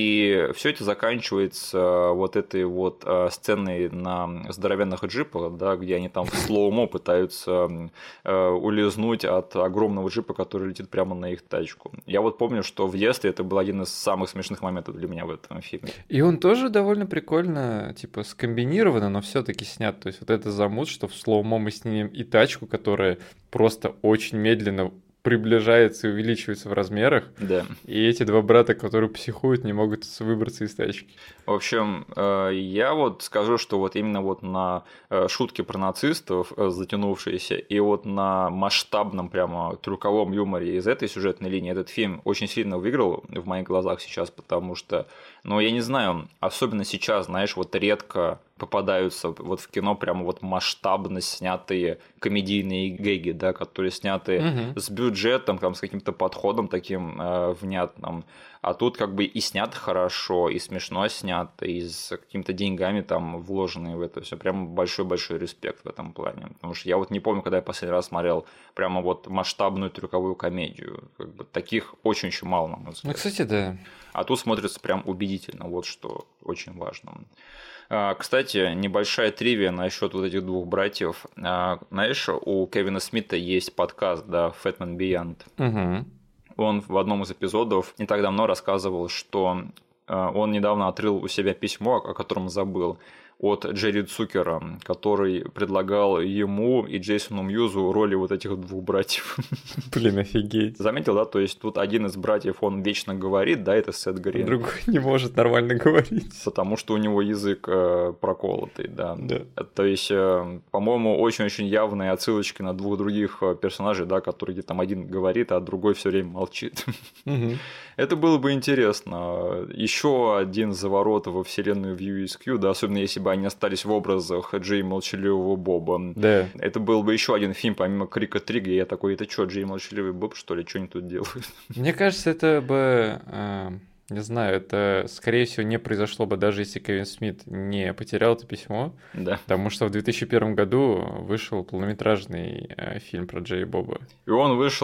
И все это заканчивается вот этой вот сценой на здоровенных джипах, да, где они там в слоумо пытаются улизнуть от огромного джипа, который летит прямо на их тачку. Я вот помню, что в детстве это был один из самых смешных моментов для меня в этом фильме. И он тоже довольно прикольно, типа, скомбинировано, но все-таки снят. То есть вот это замут, что в слоумо мы снимем и тачку, которая просто очень медленно приближается и увеличивается в размерах. Да. И эти два брата, которые психуют, не могут выбраться из тачки. В общем, я вот скажу, что вот именно вот на шутки про нацистов затянувшиеся и вот на масштабном прямо трюковом юморе из этой сюжетной линии этот фильм очень сильно выиграл в моих глазах сейчас, потому что, ну, я не знаю, особенно сейчас, знаешь, вот редко попадаются вот в кино прямо вот масштабно снятые комедийные гэги, да, которые сняты угу. с бюджетом, там, с каким-то подходом таким э, внятным. А тут как бы и снято хорошо, и смешно снято, и с какими-то деньгами там вложенные в это все. Прям большой-большой респект в этом плане. Потому что я вот не помню, когда я последний раз смотрел прямо вот масштабную трюковую комедию. Как бы таких очень очень мало, на мой взгляд. Ну, кстати, да. А тут смотрится прям убедительно, вот что очень важно. Кстати, небольшая тривия насчет вот этих двух братьев. Знаешь, у Кевина Смита есть подкаст, да, Fatman Beyond. Угу. Он в одном из эпизодов не так давно рассказывал, что он недавно отрыл у себя письмо, о котором забыл, от Джерри Цукера, который предлагал ему и Джейсону Мьюзу роли вот этих двух братьев. Блин, офигеть. Заметил, да? То есть тут один из братьев, он вечно говорит, да, это Сет Грин. Другой не может нормально говорить. Потому что у него язык э, проколотый, да. да. То есть, э, по-моему, очень-очень явные отсылочки на двух других персонажей, да, которые там один говорит, а другой все время молчит. Угу. Это было бы интересно. Еще один заворот во вселенную View Is Q, да, особенно если бы они остались в образах Джей Молчаливого Боба. Да. Это был бы еще один фильм, помимо Крика три, где я такой, это что, Джей Молчаливый Боб, что ли, что они тут делают? Мне кажется, это бы, э, не знаю, это, скорее всего, не произошло бы, даже если Кевин Смит не потерял это письмо. Да. Потому что в две тысячи первом году вышел полнометражный э, фильм про Джей и Боба. И он вышел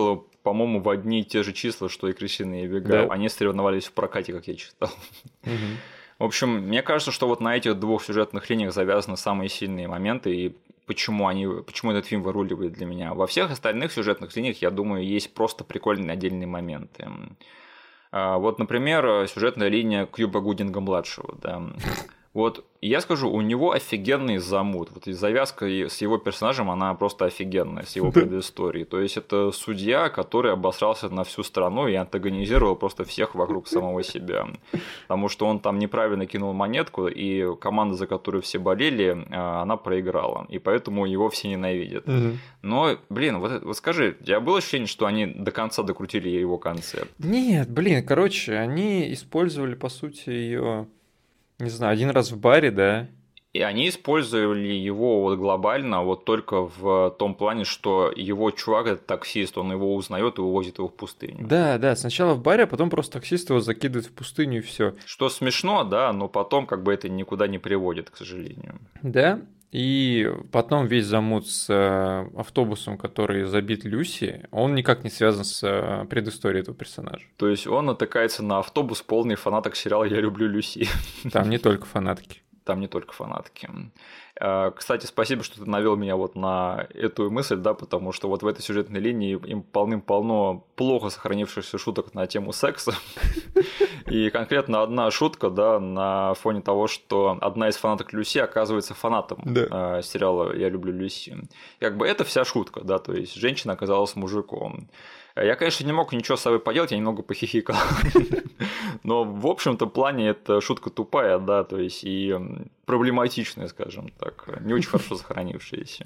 по-моему, в одни и те же числа, что и Кристина и Эбигейл. Да. Они соревновались в прокате, как я читал. Угу. В общем, мне кажется, что вот на этих двух сюжетных линиях завязаны самые сильные моменты, и почему, они, почему этот фильм выруливает для меня. Во всех остальных сюжетных линиях, я думаю, есть просто прикольные отдельные моменты. Вот, например, сюжетная линия Кьюба Гудинга-младшего. Да. Вот я скажу, у него офигенный замут. Вот и завязка с его персонажем, она просто офигенная, с его предысторией. То есть это судья, который обосрался на всю страну и антагонизировал просто всех вокруг самого себя. Потому что он там неправильно кинул монетку, и команда, за которую все болели, она проиграла. И поэтому его все ненавидят. Угу. Но, блин, вот, вот скажи, у тебя было ощущение, что они до конца докрутили его концепт? Нет, блин, короче, они использовали, по сути, ее... Не знаю, один раз в баре, да? И они использовали его вот глобально вот только в том плане, что его чувак, это таксист, он его узнает и увозит его в пустыню. Да, да, сначала в баре, а потом просто таксист его закидывает в пустыню и все. Что смешно, да, но потом как бы это никуда не приводит, к сожалению. Да, и потом весь замут с автобусом, который забит Люси, он никак не связан с предысторией этого персонажа. То есть он натыкается на автобус, полный фанаток сериала «Я люблю Люси». Там не только фанатки. Там не только фанатки. Кстати, спасибо, что ты навел меня вот на эту мысль, да, потому что вот в этой сюжетной линии им полным-полно плохо сохранившихся шуток на тему секса. И конкретно одна шутка, да, на фоне того, что одна из фанаток Люси оказывается фанатом да. сериала «Я люблю Люси». Как бы это вся шутка, да, то есть женщина оказалась мужиком. Я, конечно, не мог ничего с собой поделать, я немного похихикал. Но, в общем-то, плане это шутка тупая, да, то есть и проблематичная, скажем так, не очень хорошо сохранившаяся.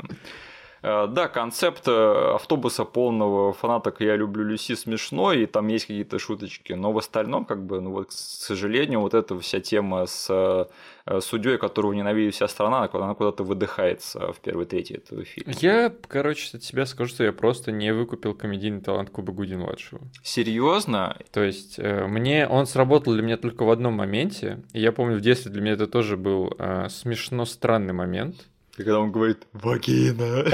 Да, концепт автобуса полного фанаток «Я люблю Люси» смешной, и там есть какие-то шуточки, но в остальном, как бы, ну вот, к сожалению, вот эта вся тема с судьей, которого ненавидит вся страна, она куда-то выдыхается в первой трети этого фильма. Я, короче, от себя скажу, что я просто не выкупил комедийный талант Кьюба Гудинга-младшего. Серьезно? То есть, мне он сработал для меня только в одном моменте, и я помню, в детстве для меня это тоже был э, смешно странный момент. Когда он говорит «вагина».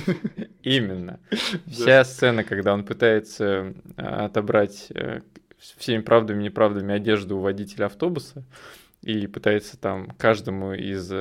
Именно. Вся сцена, когда он пытается отобрать всеми правдами и неправдами одежду у водителя автобуса и пытается там каждому из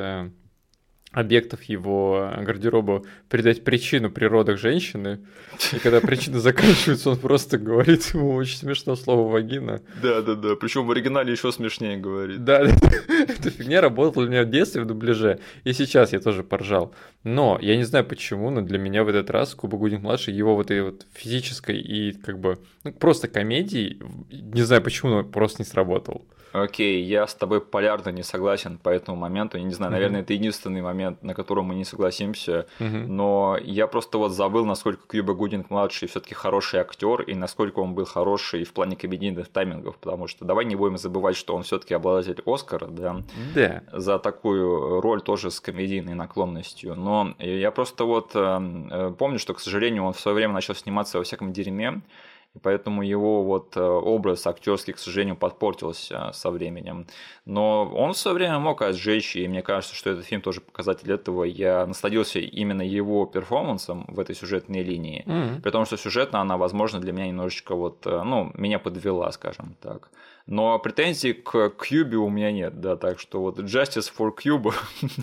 объектов его гардероба придать причину при родах женщины, и когда причина заканчивается, он просто говорит ему очень смешное слово «вагина». Да-да-да, причем в оригинале еще смешнее говорит. Да, эта фигня работала у меня в детстве в дубляже, и сейчас я тоже поржал. Но я не знаю почему, но для меня в этот раз Кьюба Гудинг-младший, его вот этой вот физической и как бы ну, просто комедии, не знаю почему, но просто не сработал. Окей, я с тобой полярно не согласен по этому моменту. Я не знаю, наверное, mm-hmm. это единственный момент, на котором мы не согласимся. Mm-hmm. Но я просто вот забыл, насколько Кьюба Гудинг-младший все-таки хороший актер и насколько он был хороший в плане комедийных таймингов. Потому что давай не будем забывать, что он все-таки обладатель Оскара, да, yeah. за такую роль тоже с комедийной наклонностью. Но я просто вот помню, что, к сожалению, он в свое время начал сниматься во всяком дерьме. И поэтому его вот образ актерский, к сожалению, подпортился со временем. Но он в свое время мог отжечь, и мне кажется, что этот фильм тоже показатель этого. Я насладился именно его перформансом в этой сюжетной линии, mm-hmm. при том, что сюжетно она, возможно, для меня немножечко вот, ну, меня подвела, скажем так. Но претензий к Кьюбе у меня нет, да, так что вот Justice for Cube,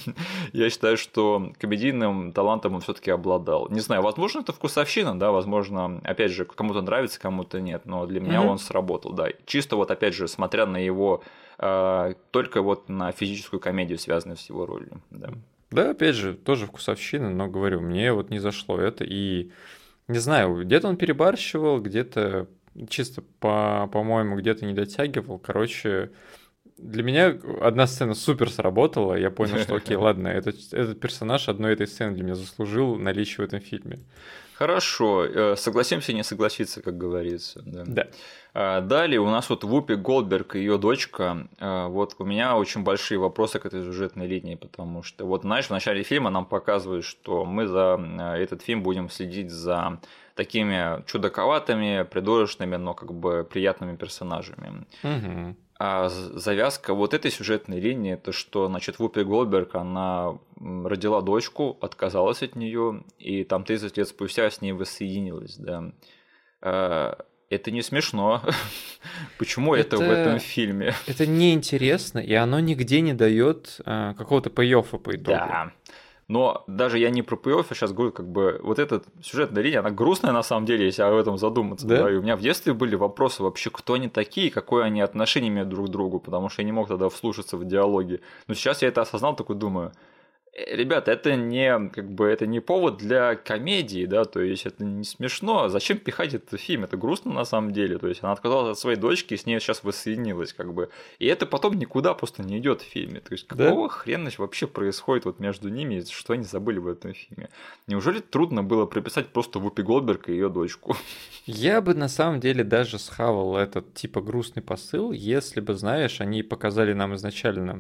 я считаю, что комедийным талантом он все-таки обладал. Не знаю, возможно, это вкусовщина, да, возможно, опять же, кому-то нравится, кому-то нет, но для меня mm-hmm. он сработал, да. Чисто вот, опять же, смотря на его, э, только вот на физическую комедию, связанную с его ролью, да. Да, опять же, тоже вкусовщина, но, говорю, мне вот не зашло это, и, не знаю, где-то он перебарщивал, где-то чисто, по, по-моему, где-то не дотягивал. Короче, для меня одна сцена супер сработала. Я понял, что окей, ладно, этот, этот персонаж одной этой сцены для меня заслужил наличие в этом фильме. Хорошо, согласимся не согласиться, как говорится. Да. Да. Далее у нас вот Вупи Голдберг и ее дочка. Вот у меня очень большие вопросы к этой сюжетной линии, потому что вот, знаешь, в начале фильма нам показывают, что мы за этот фильм будем следить за такими чудаковатыми, придурочными, но как бы приятными персонажами. Угу. А завязка вот этой сюжетной линии, это что, значит, Вупи Голдберг, она родила дочку, отказалась от нее, и там тридцать лет спустя с ней воссоединилась, да. Это не смешно. Почему это... это в этом фильме? Это неинтересно, и оно нигде не дает а, какого-то пей-оффа по итогу. Да. Но даже я не про пей-офф, я сейчас говорю, как бы вот эта сюжетная линия, она грустная на самом деле, если об этом задуматься. Да? Да? И у меня в детстве были вопросы вообще, кто они такие, какое они отношение имеют друг к другу, потому что я не мог тогда вслушаться в диалоги. Но сейчас я это осознал, такой думаю... Ребята, это не, как бы, это не повод для комедии, да, то есть это не смешно. Зачем пихать этот фильм? Это грустно на самом деле. То есть она отказалась от своей дочки и с ней сейчас воссоединилась, как бы. И это потом никуда просто не идет в фильме. То есть какого да? хрена вообще происходит вот между ними, что они забыли в этом фильме? Неужели трудно было прописать просто Вупи Голдберг и ее дочку? Я бы на самом деле даже схавал этот типа грустный посыл, если бы, знаешь, они показали нам изначально,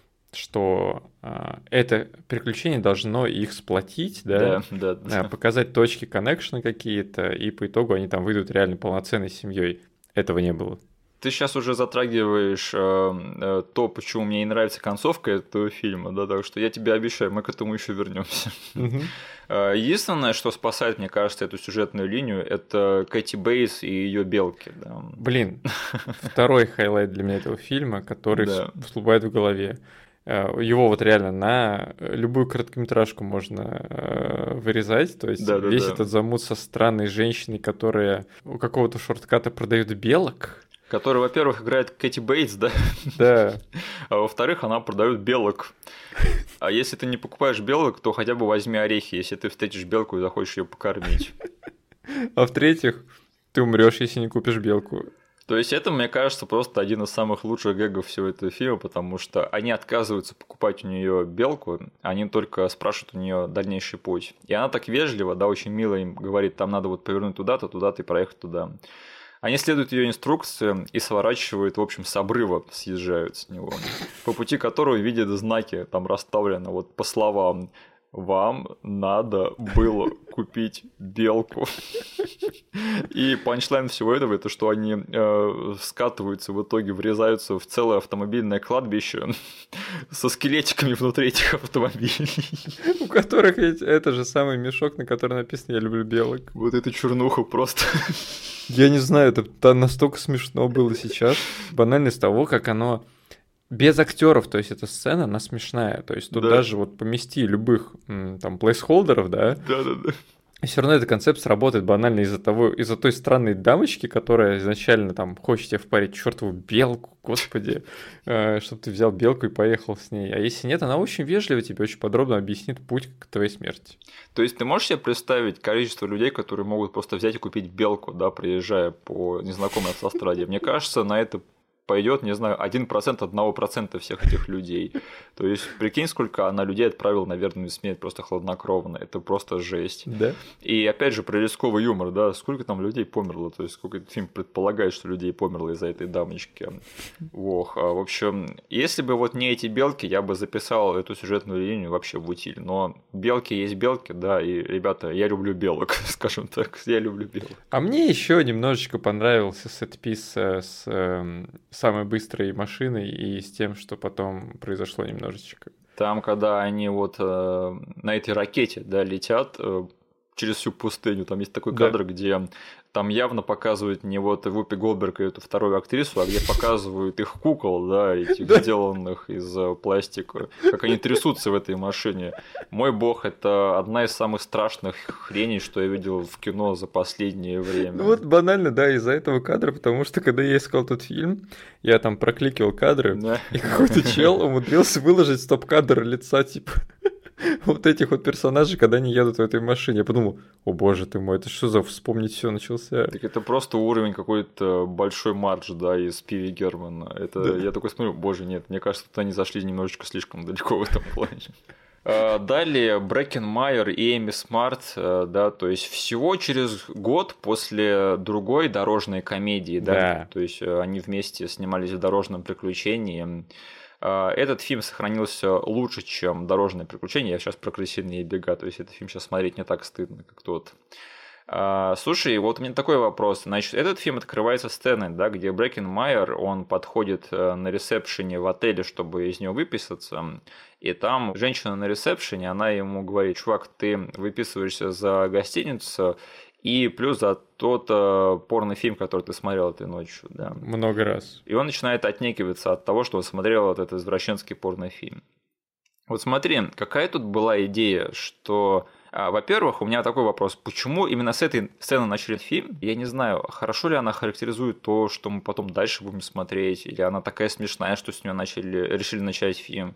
что э, это приключение должно их сплотить, да, да, да, да. показать точки коннекшена какие-то, и по итогу они там выйдут реально полноценной семьей. Этого не было. Ты сейчас уже затрагиваешь э, э, то, почему мне не нравится концовка этого фильма, да, так что я тебе обещаю, мы к этому еще вернемся. Mm-hmm. Единственное, что спасает, мне кажется, эту сюжетную линию, это Кэти Бейтс и ее белки. Да. Блин, второй хайлайт для меня этого фильма, который да. всплывает в голове. Его вот реально на любую короткометражку можно э, вырезать, то есть да, весь да, этот да. замут со странной женщиной, которая у какого-то шортката продает белок. Которая, во-первых, играет Кэти Бейтс, да? Да. А во-вторых, она продает белок. А если ты не покупаешь белок, то хотя бы возьми орехи, если ты встретишь белку и захочешь ее покормить. А в-третьих, ты умрешь, если не купишь белку. То есть это, мне кажется, просто один из самых лучших гэгов всего этого фильма, потому что они отказываются покупать у нее белку, они только спрашивают у нее дальнейший путь. И она так вежливо, да, очень мило им говорит, там надо вот повернуть туда-то, туда-то и проехать туда. Они следуют ее инструкции и сворачивают, в общем, с обрыва, съезжают с него, по пути которого видят знаки, там расставлено вот по словам. Вам надо было купить белку. И панчлайн всего этого, это что они э, скатываются, в итоге врезаются в целое автомобильное кладбище со скелетиками внутри этих автомобилей. У которых ведь это же самый мешок, на который написано «Я люблю белок». Вот это чернуха просто. Я не знаю, это настолько смешно было сейчас. Банальность того, как оно... Без актеров, то есть эта сцена, она смешная. То есть тут да. даже вот помести любых там плейсхолдеров, да. Да-да-да. И все равно эта концепция работает банально из-за того, из-за той странной дамочки, которая изначально там хочет тебе впарить чертову белку, господи, чтобы ты взял белку и поехал с ней. А если нет, она очень вежливо тебе очень подробно объяснит путь к твоей смерти. То есть ты можешь себе представить количество людей, которые могут просто взять и купить белку, да, приезжая по незнакомой автостраде? Мне кажется, на это пойдет, не знаю, один процент одного процента всех этих людей. То есть, прикинь, сколько она людей отправила на верную смерть просто хладнокровно. Это просто жесть. Да. И опять же, про рисковый юмор, да, сколько там людей померло, то есть, сколько этот фильм предполагает, что людей померло из-за этой дамочки. Ох, в общем, если бы вот не эти белки, я бы записал эту сюжетную линию вообще в утиль. Но белки есть белки, да, и, ребята, я люблю белок, скажем так, я люблю белок. А мне еще немножечко понравился сет-пис с... с самой быстрой машиной и с тем, что потом произошло немножечко. Там, когда они вот э, на этой ракете, да, летят э, через всю пустыню, там есть такой кадр, да. где там явно показывают не вот Вупи Голдберг и эту вторую актрису, а где показывают их кукол, да, этих сделанных из пластика, как они трясутся в этой машине. Мой бог, это одна из самых страшных хреней, что я видел в кино за последнее время. Ну вот банально, да, из-за этого кадра, потому что когда я искал тот фильм, я там прокликивал кадры, да. и какой-то чел умудрился выложить стоп-кадр лица, типа... вот этих вот персонажей, когда они едут в этой машине. Я подумал, о боже ты мой, это что за вспомнить все начался? Так это просто уровень какой-то большой мардж, да, из Пи Ви Германа. Это да. Я такой смотрю, боже, нет, мне кажется, что они зашли немножечко слишком далеко в этом плане. Далее Брэкенмайер и Эми Смарт, да, то есть всего через год после другой дорожной комедии, да, да. то есть они вместе снимались в «Дорожном приключении». Этот фильм сохранился лучше, чем «Дорожное приключение». Я сейчас про «Крысиные бега», то есть этот фильм сейчас смотреть не так стыдно, как тот. Слушай, вот у меня такой вопрос. Значит, этот фильм открывается сценой, да, где Брэкенмайер, он подходит на ресепшене в отеле, чтобы из него выписаться, и там женщина на ресепшене, она ему говорит, чувак, ты выписываешься за гостиницу, И плюс за тот э, порнофильм, который ты смотрел этой ночью, да. Много раз. И он начинает отнекиваться от того, что он смотрел вот этот извращенский порнофильм. Вот смотри, какая тут была идея, что... А, во-первых, у меня такой вопрос. Почему именно с этой сцены начали фильм? Я не знаю, хорошо ли она характеризует то, что мы потом дальше будем смотреть, или она такая смешная, что с нее начали, решили начать фильм.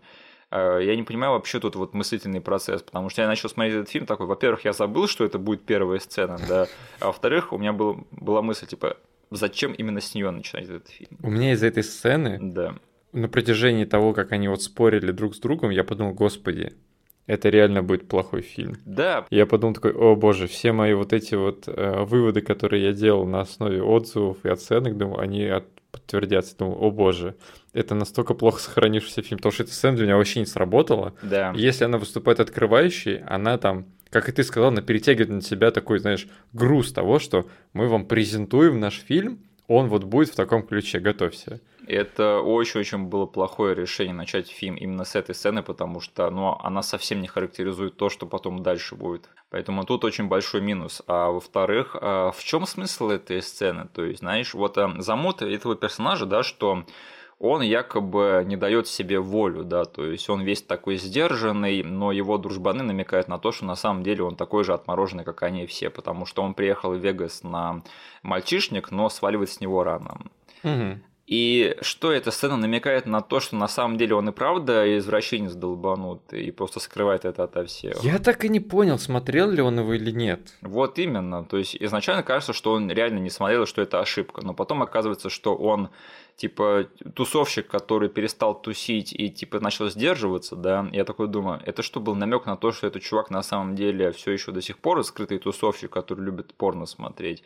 Я не понимаю вообще тут вот мыслительный процесс, потому что я начал смотреть этот фильм такой, во-первых, я забыл, что это будет первая сцена, да, а во-вторых, у меня был, была мысль, типа, зачем именно с нее начинать этот фильм? У меня из этой сцены, да. на протяжении того, как они вот спорили друг с другом, я подумал, господи, это реально будет плохой фильм. Да. Я подумал такой, о боже, все мои вот эти вот э, выводы, которые я делал на основе отзывов и оценок, думаю, они от подтвердятся. Думаю, о боже, это настолько плохо сохранившийся фильм, потому что эта сцена для меня вообще не сработала. Да. Если она выступает открывающей, она там, как и ты сказал, она перетягивает на себя такой, знаешь, груз того, что мы вам презентуем наш фильм, он вот будет в таком ключе, готовься. Это очень-очень было плохое решение начать фильм именно с этой сцены, потому что ну, она совсем не характеризует то, что потом дальше будет. Поэтому тут очень большой минус. А во-вторых, в чем смысл этой сцены? То есть, знаешь, вот замут этого персонажа, да, что он якобы не дает себе волю, да, то есть он весь такой сдержанный, но его дружбаны намекают на то, что на самом деле он такой же отмороженный, как они все, потому что он приехал в Вегас на мальчишник, но сваливает с него рано. Угу. И что эта сцена намекает на то, что на самом деле он и правда извращенец долбанутый и просто скрывает это ото всех. Я так и не понял, смотрел ли он его или нет. Вот именно. То есть изначально кажется, что он реально не смотрел, что это ошибка. Но потом оказывается, что он типа тусовщик, который перестал тусить и типа начал сдерживаться, да. Я такой думаю, это что, был намек на то, что этот чувак на самом деле все еще до сих пор скрытый тусовщик, который любит порно смотреть?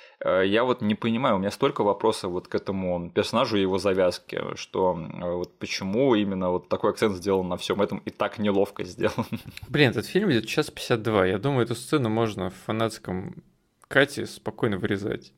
Я вот не понимаю, у меня столько вопросов вот к этому персонажу и его завязке, что вот почему именно вот такой акцент сделан на всем этом и так неловко сделан. Блин, этот фильм идет час пятьдесят два. Я думаю, эту сцену можно в фанатском кате спокойно вырезать.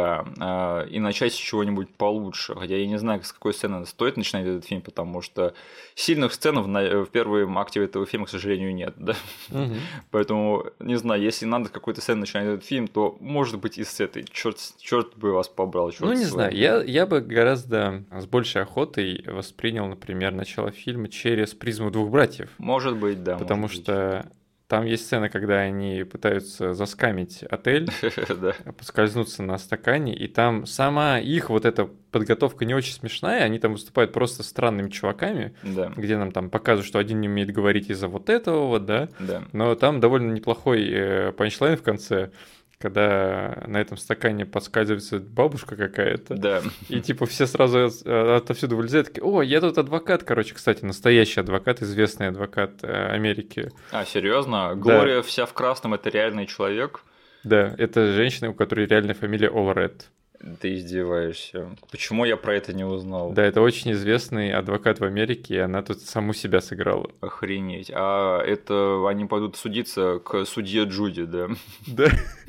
Да, и начать с чего-нибудь получше. Хотя я не знаю, с какой сцены стоит начинать этот фильм, потому что сильных сцен в, в первом акте этого фильма, к сожалению, нет. Да? Угу. Поэтому, не знаю, если надо какой-то сцены начинать этот фильм, то может быть и с этой. Черт, черт бы вас побрал. Черт ну, не знаю, я, я бы гораздо с большей охотой воспринял, например, начало фильма через призму двух братьев. Может быть, да. Потому что... Быть. Там есть сцена, когда они пытаются заскамить отель, поскользнуться на стакане, и там сама их вот эта подготовка не очень смешная, они там выступают просто странными чуваками, да. где нам там показывают, что один не умеет говорить из-за вот этого вот, да, да. но там довольно неплохой э, панчлайн в конце, когда на этом стакане подскальзывается бабушка какая-то. Да. И типа все сразу отовсюду вылезают, такие, о, я тут адвокат, короче, кстати, настоящий адвокат, известный адвокат Америки. А, серьезно? Глория да. вся в красном, это реальный человек? Да, это женщина, у которой реальная фамилия Олред. Ты издеваешься. Почему я про это не узнал? Да, это очень известный адвокат в Америке, и она тут саму себя сыграла. Охренеть. А это они пойдут судиться к судье Джуди, да? Да.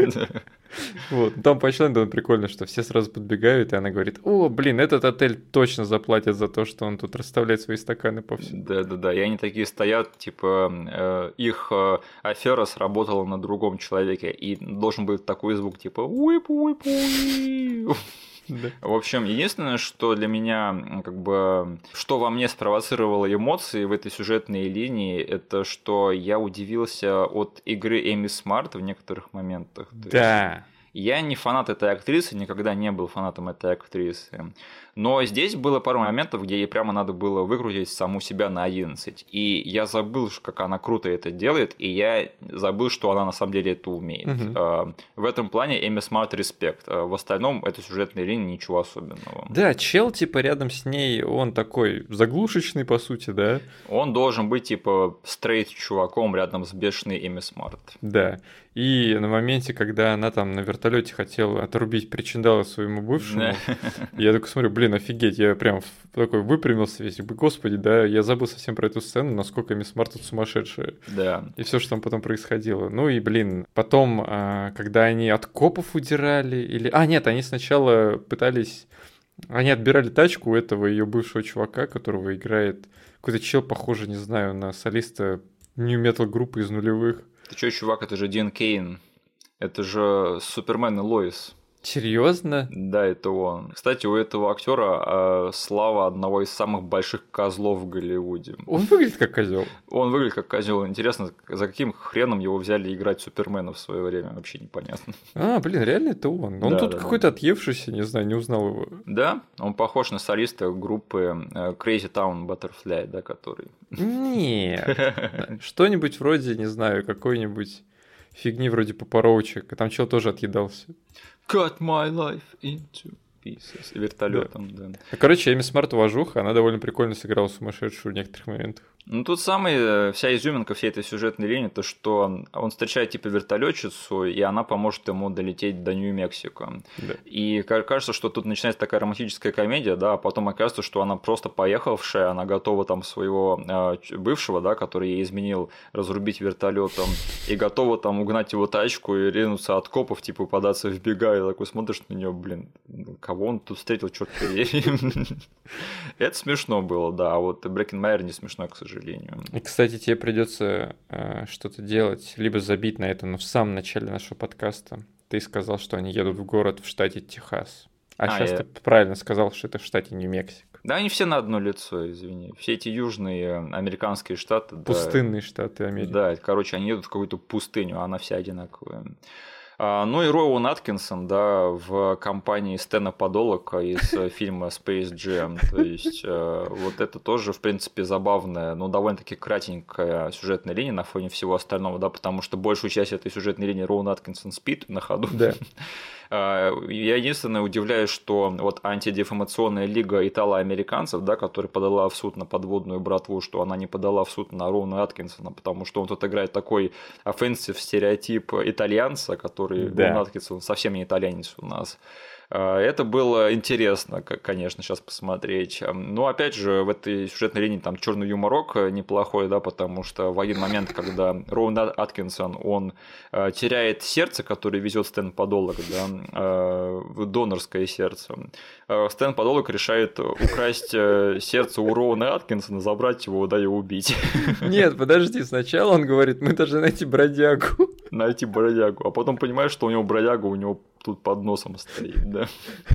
Вот, там панчлайн он прикольно, что все сразу подбегают, и она говорит, о, блин, этот отель точно заплатит за то, что он тут расставляет свои стаканы повсюду. Да-да-да, и они такие стоят, типа, э, их э, афера сработала на другом человеке, и должен быть такой звук, типа, уип-уип-уип. Да. В общем, единственное, что для меня, как бы, что во мне спровоцировало эмоции в этой сюжетной линии, это что я удивился от игры Эми Смарт в некоторых моментах. Да. Я не фанат этой актрисы, никогда не был фанатом этой актрисы. Но здесь было пару моментов, где ей прямо надо было выкрутить саму себя на одиннадцать. И я забыл, как она круто это делает, и я забыл, что она на самом деле это умеет. Uh-huh. В этом плане Эми Смарт респект. В остальном это сюжетная линия, ничего особенного. Да, чел, типа, рядом с ней, он такой заглушечный, по сути, да? Он должен быть, типа, стрейт чуваком рядом с бешеной Эми Смарт. Да. И на моменте, когда она там на вертолете хотела отрубить причиндала своему бывшему, я такой смотрю, блин, офигеть, я прям такой выпрямился весь, господи, да, я забыл совсем про эту сцену, насколько Мисс Март тут сумасшедшая. Да. И все, что там потом происходило. Ну и, блин, потом, когда они от копов удирали, или... А, нет, они сначала пытались... Они отбирали тачку у этого ее бывшего чувака, которого играет какой-то чел, похожий, не знаю, на солиста нью-метал группы из нулевых. Ты чё, чувак, это же Дин Кейн. Это же Супермен и Лоис. Серьезно? Да, это он. Кстати, у этого актера э, слава одного из самых больших козлов в Голливуде. Он выглядит как козел. Он выглядит как козел. Интересно, за каким хреном его взяли играть Супермена в свое время, вообще непонятно. А, блин, реально это он. Он Да, тут да, какой-то отъевшийся, не знаю, не узнал его. Да, он похож на солиста группы э, Crazy Town Butterfly, да, который. Нет. Что-нибудь вроде, не знаю, какой-нибудь фигни вроде Папороучек. Там чел тоже отъедался. Cut my life into pieces. Вертолетом, да. да. Короче, Эми Смарт уважуха, она довольно прикольно сыграла сумасшедшую в некоторых моментах. Ну, тут самая вся изюминка всей этой сюжетной линии, то что он встречает типа вертолетчицу, и она поможет ему долететь до Нью-Мексико. Да. И кажется, что тут начинается такая романтическая комедия, да, а потом оказывается, что она просто поехавшая, она готова там своего э, бывшего, да, который ей изменил, разрубить вертолетом, и готова там угнать его тачку и ринуться от копов, типа податься в бега, и такой смотришь на нее, блин, кого он тут встретил, черт побери. Это смешно было, да, а вот Брэкенмайер не смешно, к сожалению. И, кстати, тебе придется э, что-то делать, либо забить на это, но в самом начале нашего подкаста ты сказал, что они едут в город в штате Техас. А, а сейчас я... ты правильно сказал, что это в штате Нью-Мексико. Да, они все на одно лицо, извини. Все эти южные американские штаты. Пустынные да, штаты Америки. Да, короче, они едут в какую-то пустыню, а она вся одинаковая. Ну и Роуэн Аткинсон, да, в компании Стэна Подолока из фильма Space Jam. То есть вот это тоже, в принципе, забавная, но довольно-таки кратенькая сюжетная линия на фоне всего остального, да, потому что большую часть этой сюжетной линии Роуэн Аткинсон спит на ходу. Да. Я единственное удивляюсь, что вот антидефамационная лига итало-американцев, да, которая подала в суд на подводную братву, что она не подала в суд на Роуэна Аткинсона, потому что он тут играет такой offensive стереотип итальянца, который да. Роуэн Аткинсон совсем не итальянец у нас. Это было интересно, конечно, сейчас посмотреть. Но опять же, в этой сюжетной линии там черный юморок неплохой, да, потому что в один момент, когда Роуэн Аткинсон, он теряет сердце, которое везет Стэн Подолок, да, донорское сердце, Стэн Подолок решает украсть сердце у Роуэна Аткинсона, забрать его, да, и убить. Нет, подожди, сначала он говорит, мы должны найти бродягу. Найти бродягу, а потом понимаешь, что у него бродяга, у него тут под носом стоит, да.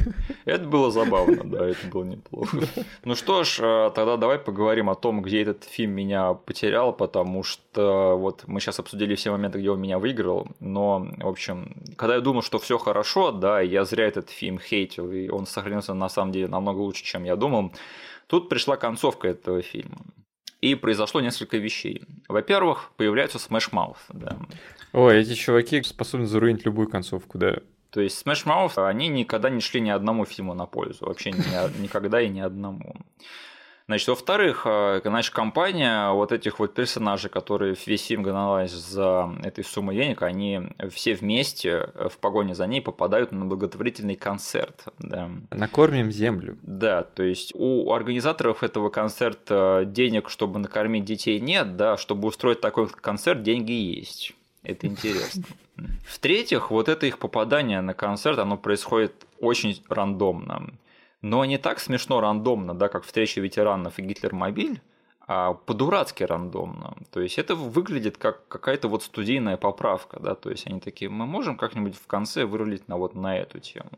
Это было забавно, да, это было неплохо. Ну что ж, тогда давай поговорим о том, где этот фильм меня потерял, потому что вот мы сейчас обсудили все моменты, где он меня выиграл, но, в общем, когда я думал, что все хорошо, да, я зря этот фильм хейтил, и он сохранился на самом деле намного лучше, чем я думал, тут пришла концовка этого фильма. И произошло несколько вещей. Во-первых, появляется Smash Mouth, да. Ой, эти чуваки способны заруинить любую концовку, да. То есть Smash Mouth, они никогда не шли ни одному фильму на пользу, вообще ни, никогда и ни одному. Значит, во-вторых, значит, компания вот этих вот персонажей, которые весь фильм гналась за этой суммой денег, они все вместе в погоне за ней попадают на благотворительный концерт. Да. Накормим землю. Да, то есть у организаторов этого концерта денег, чтобы накормить детей, нет, да, чтобы устроить такой концерт, деньги есть. Это интересно. В-третьих, вот это их попадание на концерт, оно происходит очень рандомно. Но не так смешно рандомно, да, как встреча ветеранов и Гитлер-мобиль, а по-дурацки рандомно. То есть это выглядит как какая-то вот студийная поправка, да, то есть они такие, мы можем как-нибудь в конце вырулить на вот на эту тему.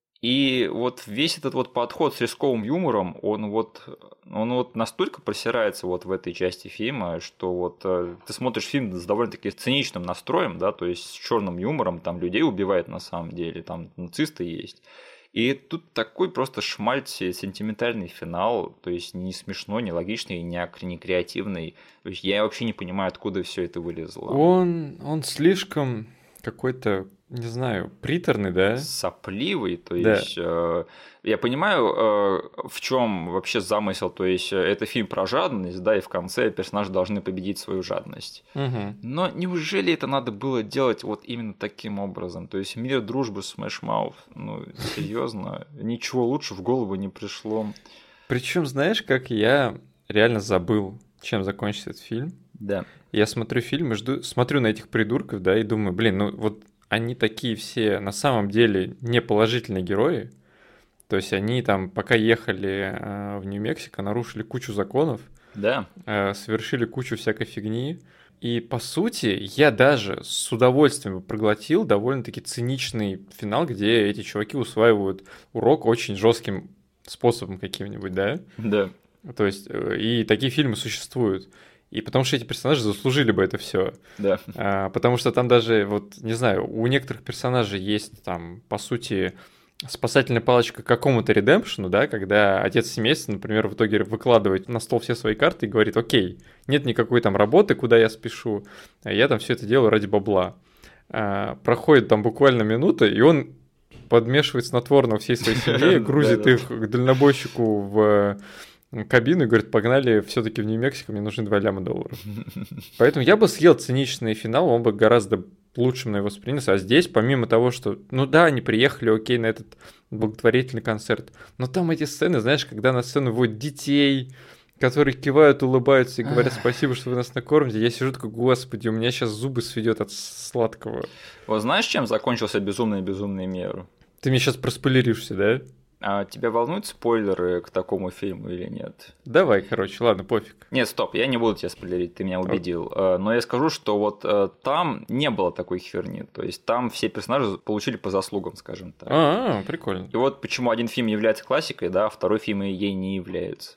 И вот весь этот вот подход с рисковым юмором, он вот, он вот настолько просирается вот в этой части фильма, что вот ты смотришь фильм с довольно-таки циничным настроем, да, то есть с черным юмором, там людей убивают на самом деле, там нацисты есть. И тут такой просто шмальц, сентиментальный финал, то есть не смешной, не логичный, не, не креативный. То есть я вообще не понимаю, откуда все это вылезло. Он, он слишком какой-то, не знаю, приторный, да? Сопливый, то да. есть э, я понимаю, э, в чем вообще замысел, то есть это фильм про жадность, да, и в конце персонажи должны победить свою жадность. Угу. Но неужели это надо было делать вот именно таким образом? То есть мир дружбы с Smash Mouth, ну серьезно, ничего лучше в голову не пришло. Причем знаешь, как я реально забыл, чем закончится этот фильм? Да. Я смотрю фильм и жду, смотрю на этих придурков, да, и думаю, блин, ну вот они такие все на самом деле неположительные герои. То есть они там, пока ехали э, в Нью-Мексико, нарушили кучу законов, да. э, совершили кучу всякой фигни. И, по сути, я даже с удовольствием проглотил довольно-таки циничный финал, где эти чуваки усваивают урок очень жестким способом каким-нибудь, да? Да. То есть, и такие фильмы существуют. И потому что эти персонажи заслужили бы это все. Да. А, потому что там даже, вот, не знаю, у некоторых персонажей есть там, по сути, спасательная палочка к какому-то редемпшену, да, когда отец семейства, например, в итоге выкладывает на стол все свои карты и говорит: окей, нет никакой там работы, куда я спешу, я там все это делаю ради бабла. А, проходит там буквально минута, и он подмешивает снотворное всей своей семье, грузит их к дальнобойщику в кабину и говорит: погнали все-таки в Нью-Мексико, мне нужны два ляма долларов. Поэтому я бы съел циничный финал, он бы гораздо лучшим на его воспринял. А здесь, помимо того, что, ну да, они приехали, окей, на этот благотворительный концерт, но там эти сцены, знаешь, когда на сцену вводят детей, которые кивают, улыбаются и говорят: спасибо, что вы нас накормите. Я сижу такой: господи, у меня сейчас зубы сведет от сладкого. Вот знаешь, чем закончился «Безумный-безумный мир»? Ты мне сейчас проспойлеришься, да? А тебя волнуют спойлеры к такому фильму или нет? Давай, короче, ладно, пофиг. Нет, стоп, я не буду тебя спойлерить, ты меня убедил. Но я скажу, что вот там не было такой херни. То есть там все персонажи получили по заслугам, скажем так. А, прикольно. И вот почему один фильм является классикой, да, а второй фильм ей не является.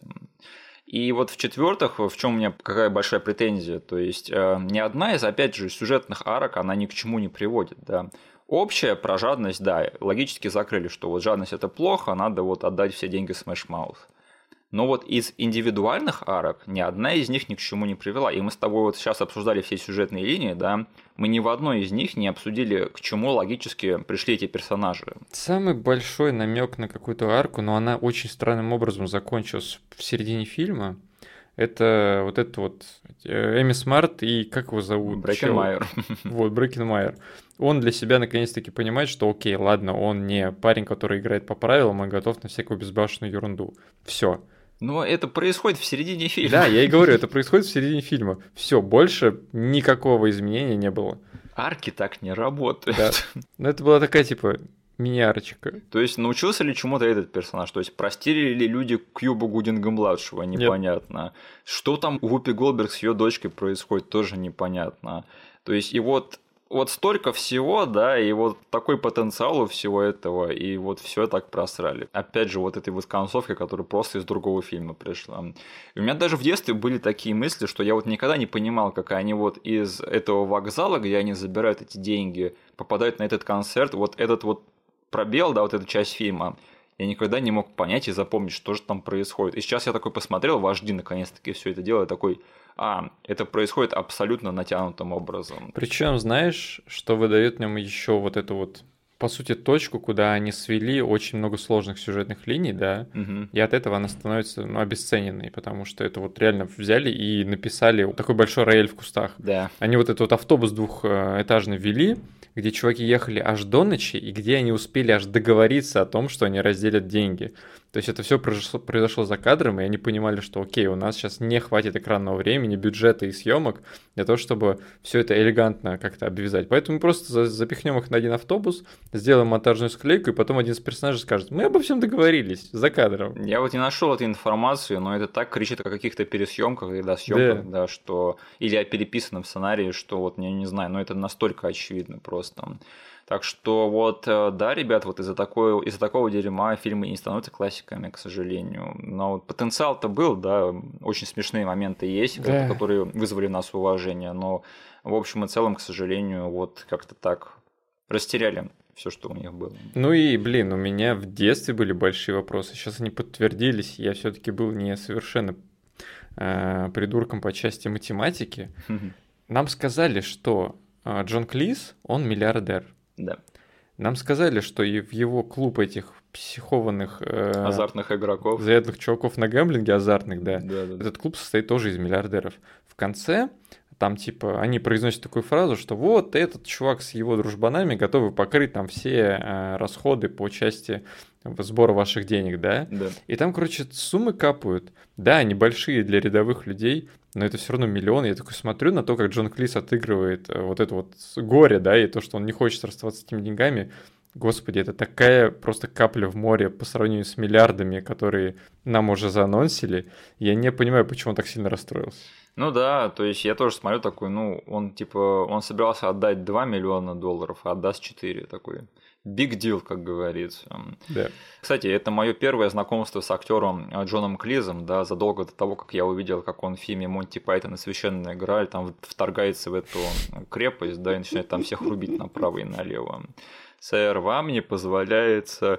И вот в-четвертых, в чем у меня какая большая претензия, то есть ни одна из, опять же, сюжетных арок, она ни к чему не приводит, да. Общая про жадность, да, логически закрыли, что вот жадность это плохо, надо вот отдать все деньги Smash Mouth. Но вот из индивидуальных арок ни одна из них ни к чему не привела. И мы с тобой вот сейчас обсуждали все сюжетные линии, да, мы ни в одной из них не обсудили, к чему логически пришли эти персонажи. Самый большой намек на какую-то арку, но она очень странным образом закончилась в середине фильма. Это вот это вот Эми Смарт и как его зовут? Брекенмайер. Вот, Брекенмайер. Он для себя наконец-таки понимает, что окей, ладно, он не парень, который играет по правилам, и готов на всякую безбашенную ерунду. Все. Но это происходит в середине фильма. Да, я и говорю, это происходит в середине фильма. Все, больше никакого изменения не было. Арки так не работают. Да. Но это была такая, типа, мини-арочка. То есть научился ли чему-то этот персонаж? То есть простили ли люди Кьюба Гудинга-младшего? Непонятно. Нет. Что там у Вупи Голдберг с ее дочкой происходит? Тоже непонятно. То есть и вот Вот столько всего, да, и вот такой потенциал у всего этого, и вот все так просрали. Опять же, вот этой вот концовкой, которая просто из другого фильма пришла. И у меня даже в детстве были такие мысли, что я вот никогда не понимал, как они вот из этого вокзала, где они забирают эти деньги, попадают на этот концерт, вот этот вот пробел, да, вот эта часть фильма, я никогда не мог понять и запомнить, что же там происходит. И сейчас я такой посмотрел, в эйч ди наконец-таки все это дело, я такой... А, это происходит абсолютно натянутым образом. Причем, знаешь, что выдает в нем еще вот эту вот, по сути, точку, куда они свели очень много сложных сюжетных линий, да, угу. И от этого она становится, ну, обесцененной, потому что это вот реально взяли и написали такой большой рояль в кустах. Да. Они вот этот вот автобус двухэтажный ввели, где чуваки ехали аж до ночи, и где они успели аж договориться о том, что они разделят деньги. То есть это все произошло, произошло за кадром, и они понимали, что окей, у нас сейчас не хватит экранного времени, бюджета и съемок для того, чтобы все это элегантно как-то обвязать. Поэтому мы просто запихнем их на один автобус, сделаем монтажную склейку, и потом один из персонажей скажет: мы обо всем договорились за кадром. Я вот не нашел этой информации, но это так кричит о каких-то пересъемках и да, съемках, да. да, что или о переписанном сценарии, что вот я не знаю, но это настолько очевидно просто. Так что вот, да, ребят, вот из-за такого, из-за такого дерьма фильмы не становятся классиками, к сожалению. Но вот потенциал-то был, да, очень смешные моменты есть, да. которые вызвали у нас уважение, но в общем и целом, к сожалению, вот как-то так растеряли все, что у них было. Ну и, блин, у меня в детстве были большие вопросы, сейчас они подтвердились, я все-таки был не совершенно э, придурком по части математики. Нам сказали, что Джон Клис, он миллиардер. Да. Нам сказали, что и в его клуб этих психованных... Э, азартных игроков. Заядлых чуваков на гэмблинге, азартных, да. Да, да. Этот клуб состоит тоже из миллиардеров. В конце там типа они произносят такую фразу, что вот этот чувак с его дружбанами готовы покрыть там все э, расходы по части сбора ваших денег, да? Да. И там, короче, суммы капают. Да, они большие для рядовых людей, но это все равно миллион. Я такой смотрю на то, как Джон Клис отыгрывает вот это вот горе, да, и то, что он не хочет расставаться с этими деньгами. Господи, это такая просто капля в море по сравнению с миллиардами, которые нам уже заанонсили. Я не понимаю, почему он так сильно расстроился. Ну да, то есть я тоже смотрю такой, ну, он типа, он собирался отдать два миллиона долларов, а отдаст четыре, такой big deal, как говорится. Да. Кстати, это мое первое знакомство с актером Джоном Клизом, да, задолго до того, как я увидел, как он в фильме Монти Пайтон и Священная Грааль там вторгается в эту крепость, да, и начинает там всех рубить направо и налево. Сэр, вам не позволяется...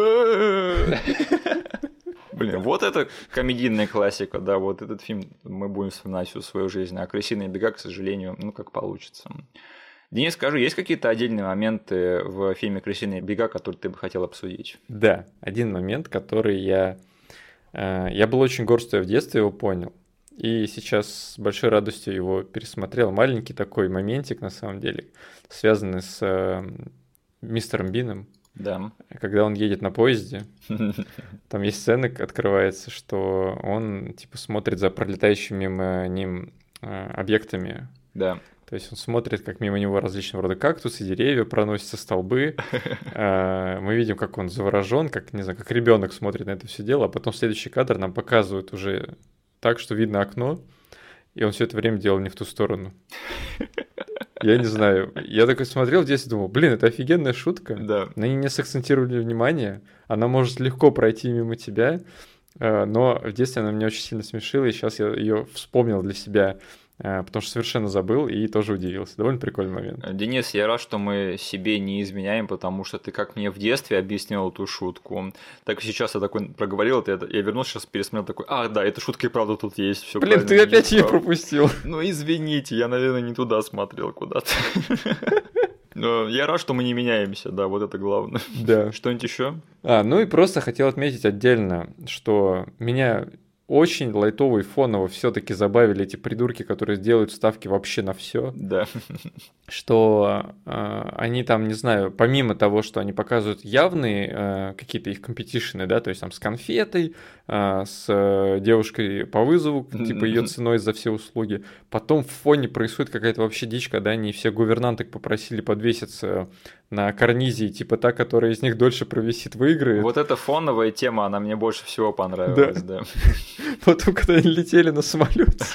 Блин, вот это комедийная классика, да, вот этот фильм мы будем вспоминать всю свою жизнь, а «Крысиные бега», к сожалению, ну как получится. Денис, скажи, есть какие-то отдельные моменты в фильме «Крысиные бега», которые ты бы хотел обсудить? Да, один момент, который я... Я был очень горд, что я в детстве его понял, и сейчас с большой радостью его пересмотрел. Маленький такой моментик, на самом деле, связанный с мистером Бином. Да. Когда он едет на поезде, там есть сцена, открывается, что он типа смотрит за пролетающими мимо ним объектами. Да. То есть он смотрит, как мимо него различного рода кактусы, деревья, проносятся столбы. Мы видим, как он заворожен, как, не знаю, как ребенок смотрит на это все дело, а потом следующий кадр нам показывают уже так, что видно окно, и он все это время делал не в ту сторону. Я не знаю. Я такой смотрел в детстве, думал, блин, это офигенная шутка. Да. На ней не сакцентировали внимание. Она может легко пройти мимо тебя, но в детстве она меня очень сильно смешила, и сейчас я ее вспомнил для себя, потому что совершенно забыл и тоже удивился. Довольно прикольный момент. Денис, я рад, что мы себе не изменяем, потому что ты как мне в детстве объяснил эту шутку, так и сейчас я такой проговорил это, я вернулся, сейчас пересмотрел такой, ах, да, эта шутка и правда тут есть. Всё Блин, ты опять ее пропустил. Ну, извините, я, наверное, не туда смотрел куда-то. Но я рад, что мы не меняемся, да, вот это главное. Да. Что-нибудь еще? А, ну и просто хотел отметить отдельно, что меня... Очень лайтово и фоново все-таки забавили эти придурки, которые делают ставки вообще на все. Да. Что э, они там, не знаю, помимо того, что они показывают явные э, какие-то их компетишены, да, то есть там с конфетой, э, с э, девушкой по вызову, типа ее ценой за все услуги. Потом в фоне происходит какая-то вообще дичь, когда они все гувернанток попросили подвеситься на карнизе, типа та, которая из них дольше провисит, выиграет. Вот эта фоновая тема, она мне больше всего понравилась, да. Потом, когда они летели на самолете,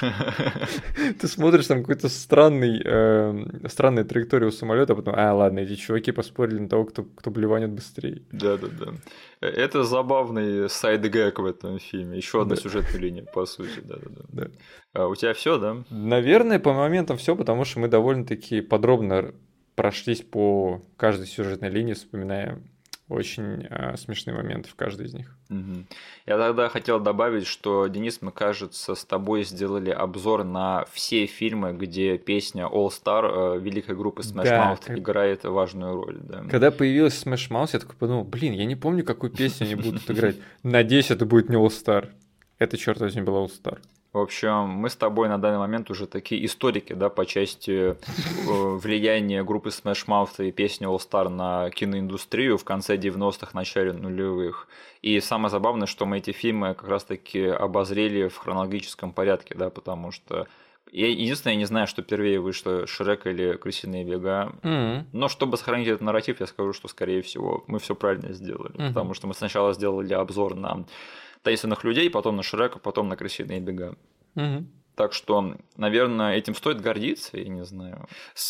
ты смотришь, там какой-то странный, э, странная траектория у самолета, а потом, а, ладно, эти чуваки поспорили на того, кто, кто блеванет быстрее. Да-да-да. Это забавный сайд-гэг в этом фильме. Еще одна да. сюжетная линия, по сути, да-да-да. Да. А у тебя все, да? Наверное, по моментам все, потому что мы довольно-таки подробно прошлись по каждой сюжетной линии, вспоминая очень э, смешные моменты в каждой из них. Угу. Я тогда хотел добавить, что, Денис, мы, кажется, с тобой сделали обзор на все фильмы, где песня All Star э, великой группы Smash да, Mouth как... играет важную роль. Да. Когда появилась Smash Mouth, я такой подумал, блин, я не помню, какую песню они будут играть. Надеюсь, это будет не All Star. Это, черт возьми, была All Star. В общем, мы с тобой на данный момент уже такие историки, да, по части влияния группы Smash Mouth и песни All Star на киноиндустрию в конце девяностых, начале нулевых. И самое забавное, что мы эти фильмы как раз-таки обозрели в хронологическом порядке, да, потому что я единственное, я не знаю, что первее вышло, Шрек или Крысиные бега. Mm-hmm. Но чтобы сохранить этот нарратив, я скажу, что, скорее всего, мы все правильно сделали. Mm-hmm. Потому что мы сначала сделали обзор на таинственных людей, потом на Шрека, потом на Крысиные бега. Mm-hmm. Так что, наверное, этим стоит гордиться, я не знаю.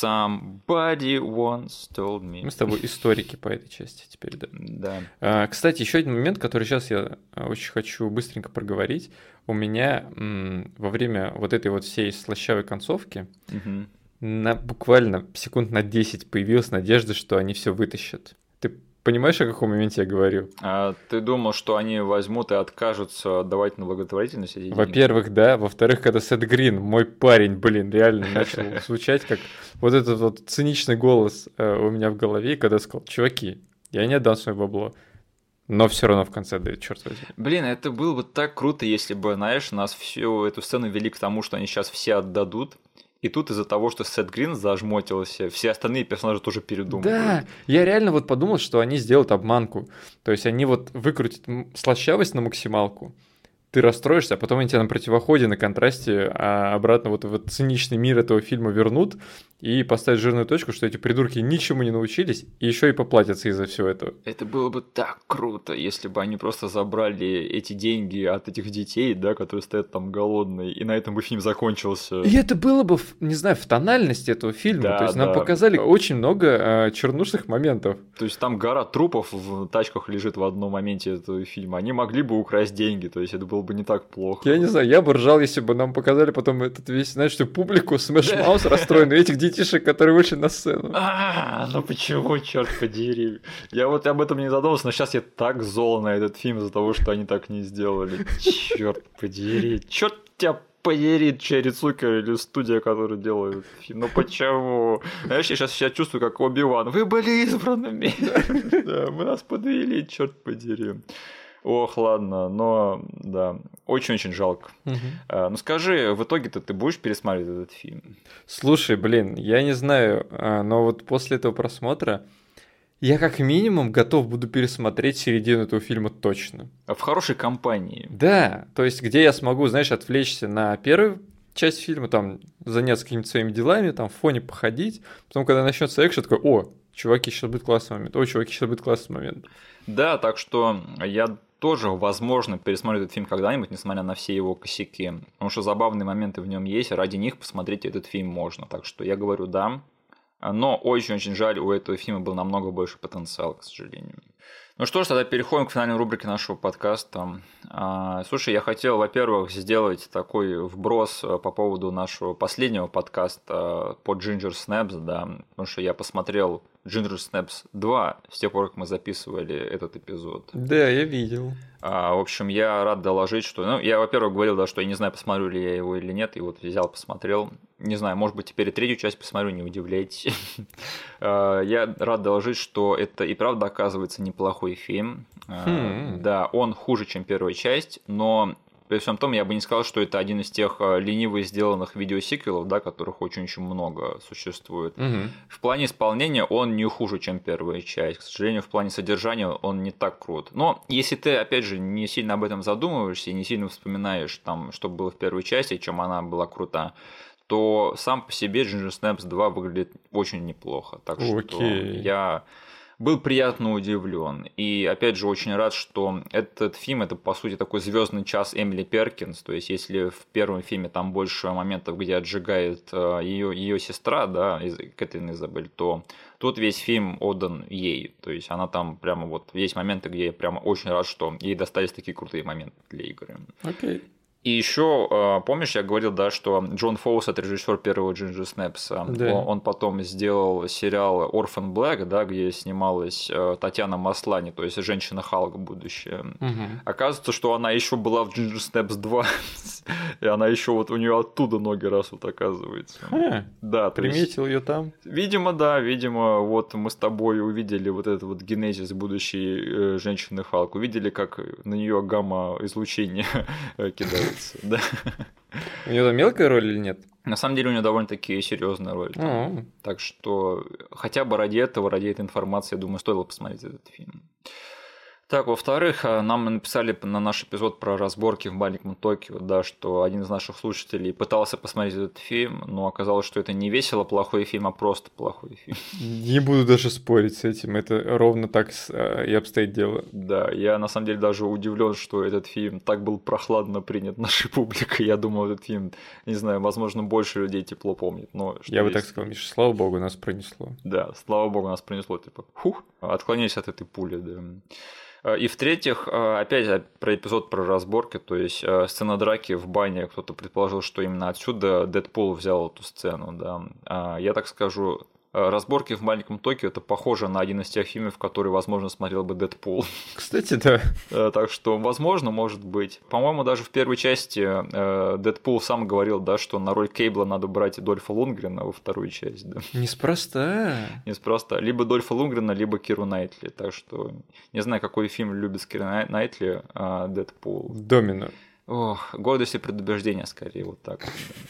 Somebody once told me. Мы с тобой историки по этой части теперь, да. Да. А, кстати, еще один момент, который сейчас я очень хочу быстренько проговорить. У меня м, во время вот этой вот всей слащавой концовки угу. на буквально секунд на десять появилась надежда, что они все вытащат. Ты понимаешь, о каком моменте я говорю? А ты думал, что они возьмут и откажутся отдавать на благотворительность эти деньги? Во-первых, да. Во-вторых, когда Сет Грин, мой парень, блин, реально начал звучать как вот этот вот циничный голос у меня в голове, когда сказал, чуваки, я не отдам свое бабло. Но все равно в конце дают, черт возьми. Блин, это было бы так круто, если бы, знаешь, нас всю эту сцену вели к тому, что они сейчас все отдадут. И тут из-за того, что Сет Грин зажмотился, все остальные персонажи тоже передумали. Да, я реально вот подумал, что они сделают обманку. То есть они вот выкрутят слащавость на максималку, ты расстроишься, а потом они тебя на противоходе, на контрасте, а обратно вот в этот циничный мир этого фильма вернут и поставят жирную точку, что эти придурки ничему не научились и еще и поплатятся из-за всего этого. Это было бы так круто, если бы они просто забрали эти деньги от этих детей, да, которые стоят там голодные, и на этом бы фильм закончился. И это было бы, не знаю, в тональности этого фильма. Да, то есть да. Нам показали очень много э, чернушных моментов. То есть там гора трупов в тачках лежит в одном моменте этого фильма. Они могли бы украсть деньги, то есть это было бы не так плохо. Я не знаю, я бы ржал, если бы нам показали потом этот весь, знаешь, что публику Smash Mouth расстроенную, этих детишек, которые вышли на сцену. А, ну почему, черт подери? Я вот об этом не задумался, но сейчас я так зол на этот фильм из-за того, что они так не сделали. Черт подери. Черт тебя подери, Черри Цукер или студия, которая делает фильм. Ну почему? Знаешь, я сейчас себя чувствую как Оби-Ван. Вы были избранными. Да, мы нас подвели, черт подери. Ох, ладно, но да, очень-очень жалко. Угу. А, ну скажи, в итоге-то ты будешь пересматривать этот фильм? Слушай, блин, я не знаю, но вот после этого просмотра я как минимум готов буду пересмотреть середину этого фильма точно. А в хорошей компании. Да, то есть где я смогу, знаешь, отвлечься на первую часть фильма, там заняться какими-то своими делами, там в фоне походить, потом, когда начнется экшен, такой, о, чуваки, сейчас будет классный момент, о, чуваки, сейчас будет классный момент. Да, так что я тоже, возможно, пересмотрю этот фильм когда-нибудь, несмотря на все его косяки. Потому что забавные моменты в нем есть, ради них посмотреть этот фильм можно. Так что я говорю да. Но очень-очень жаль, у этого фильма был намного больше потенциала, к сожалению. Ну что ж, тогда переходим к финальной рубрике нашего подкаста. Слушай, я хотел, во-первых, сделать такой вброс по поводу нашего последнего подкаста по Ginger Snaps, да, потому что я посмотрел Ginger Snaps два с тех пор, как мы записывали этот эпизод. Да, я видел. А, в общем, я рад доложить, что... Ну, я, во-первых, говорил, да, что я не знаю, посмотрю ли я его или нет, и вот взял, посмотрел. Не знаю, может быть, теперь и третью часть посмотрю, не удивляйтесь. Я рад доложить, что это и правда оказывается неплохой фильм. Да, он хуже, чем первая часть, но... При всем том, я бы не сказал, что это один из тех ленивых сделанных видеосиквелов, да, которых очень-очень много существует. Угу. В плане исполнения он не хуже, чем первая часть. К сожалению, в плане содержания он не так крут. Но если ты, опять же, не сильно об этом задумываешься и не сильно вспоминаешь, там, что было в первой части, чем она была крута, то сам по себе Ginger Snaps два выглядит очень неплохо. Так что Окей. я... был приятно удивлен. И опять же очень рад, что этот фильм это по сути такой звездный час Эмили Перкинс. То есть, если в первом фильме там больше моментов, где отжигает ее, ее сестра, да, Кэтрин Изабель, то тут весь фильм отдан ей. То есть она там прямо вот есть моменты, где я прямо очень рад, что ей достались такие крутые моменты для игры. Окей. Okay. И еще, помнишь, я говорил, да, что Джон Фоусет, режиссер первого Ginger Snaps, да. он, он потом сделал сериал Orphan Black, да, где снималась Татьяна Маслани, то есть женщина Халк будущее. Угу. Оказывается, что она еще была в Ginger Snaps два, и она еще вот у нее оттуда ноги растут, оказывается. А, да, приметил ее там. Видимо, да, видимо, вот мы с тобой увидели вот этот вот генезис будущей женщины Халк, увидели, как на нее гамма-излучение кидает. Да. У нее там мелкая роль или нет? На самом деле у нее довольно-таки серьезная роль. А-а-а. Так что хотя бы ради этого, ради этой информации, я думаю, стоило посмотреть этот фильм. Так, во-вторых, нам написали на наш эпизод про разборки в маленьком Токио, да, что один из наших слушателей пытался посмотреть этот фильм, но оказалось, что это не весело плохой фильм, а просто плохой фильм. Не буду даже спорить с этим, это ровно так и обстоит дело. Да, я на самом деле даже удивлен, что этот фильм так был прохладно принят нашей публикой. Я думал, этот фильм, не знаю, возможно, больше людей тепло помнит. Но я бы так сказал, Миша, слава богу, нас пронесло. Да, слава богу, нас пронесло, типа, хух, отклонились от этой пули, да. И в-третьих, опять про эпизод про разборки, то есть сцена драки в бане, кто-то предположил, что именно отсюда Дэдпул взял эту сцену, да. Я так скажу, разборки в маленьком Токио это похоже на один из тех фильмов, который, возможно, смотрел бы Дэдпул. Кстати, да. Так что, возможно, может быть. По-моему, даже в первой части Дэдпул сам говорил, да, что на роль Кейбла надо брать Дольфа Лундгрена во вторую часть. Да. Неспроста. Неспроста. Либо Дольфа Лундгрена, либо Киру Найтли. Так что, не знаю, какой фильм любит с Кирой Найтли Дэдпул. Домино. Ох, гордость и предубеждение, скорее, вот так.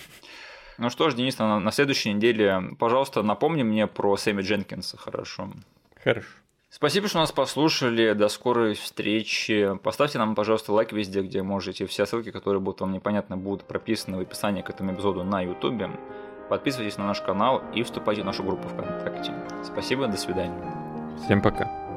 Ну что ж, Денис, на, на следующей неделе, пожалуйста, напомни мне про Сэмми Дженкинса, хорошо? Хорошо. Спасибо, что нас послушали. До скорой встречи. Поставьте нам, пожалуйста, лайк везде, где можете. Все ссылки, которые будут вам непонятны, будут прописаны в описании к этому эпизоду на YouTube. Подписывайтесь на наш канал и вступайте в нашу группу ВКонтакте. Спасибо, до свидания. Всем пока.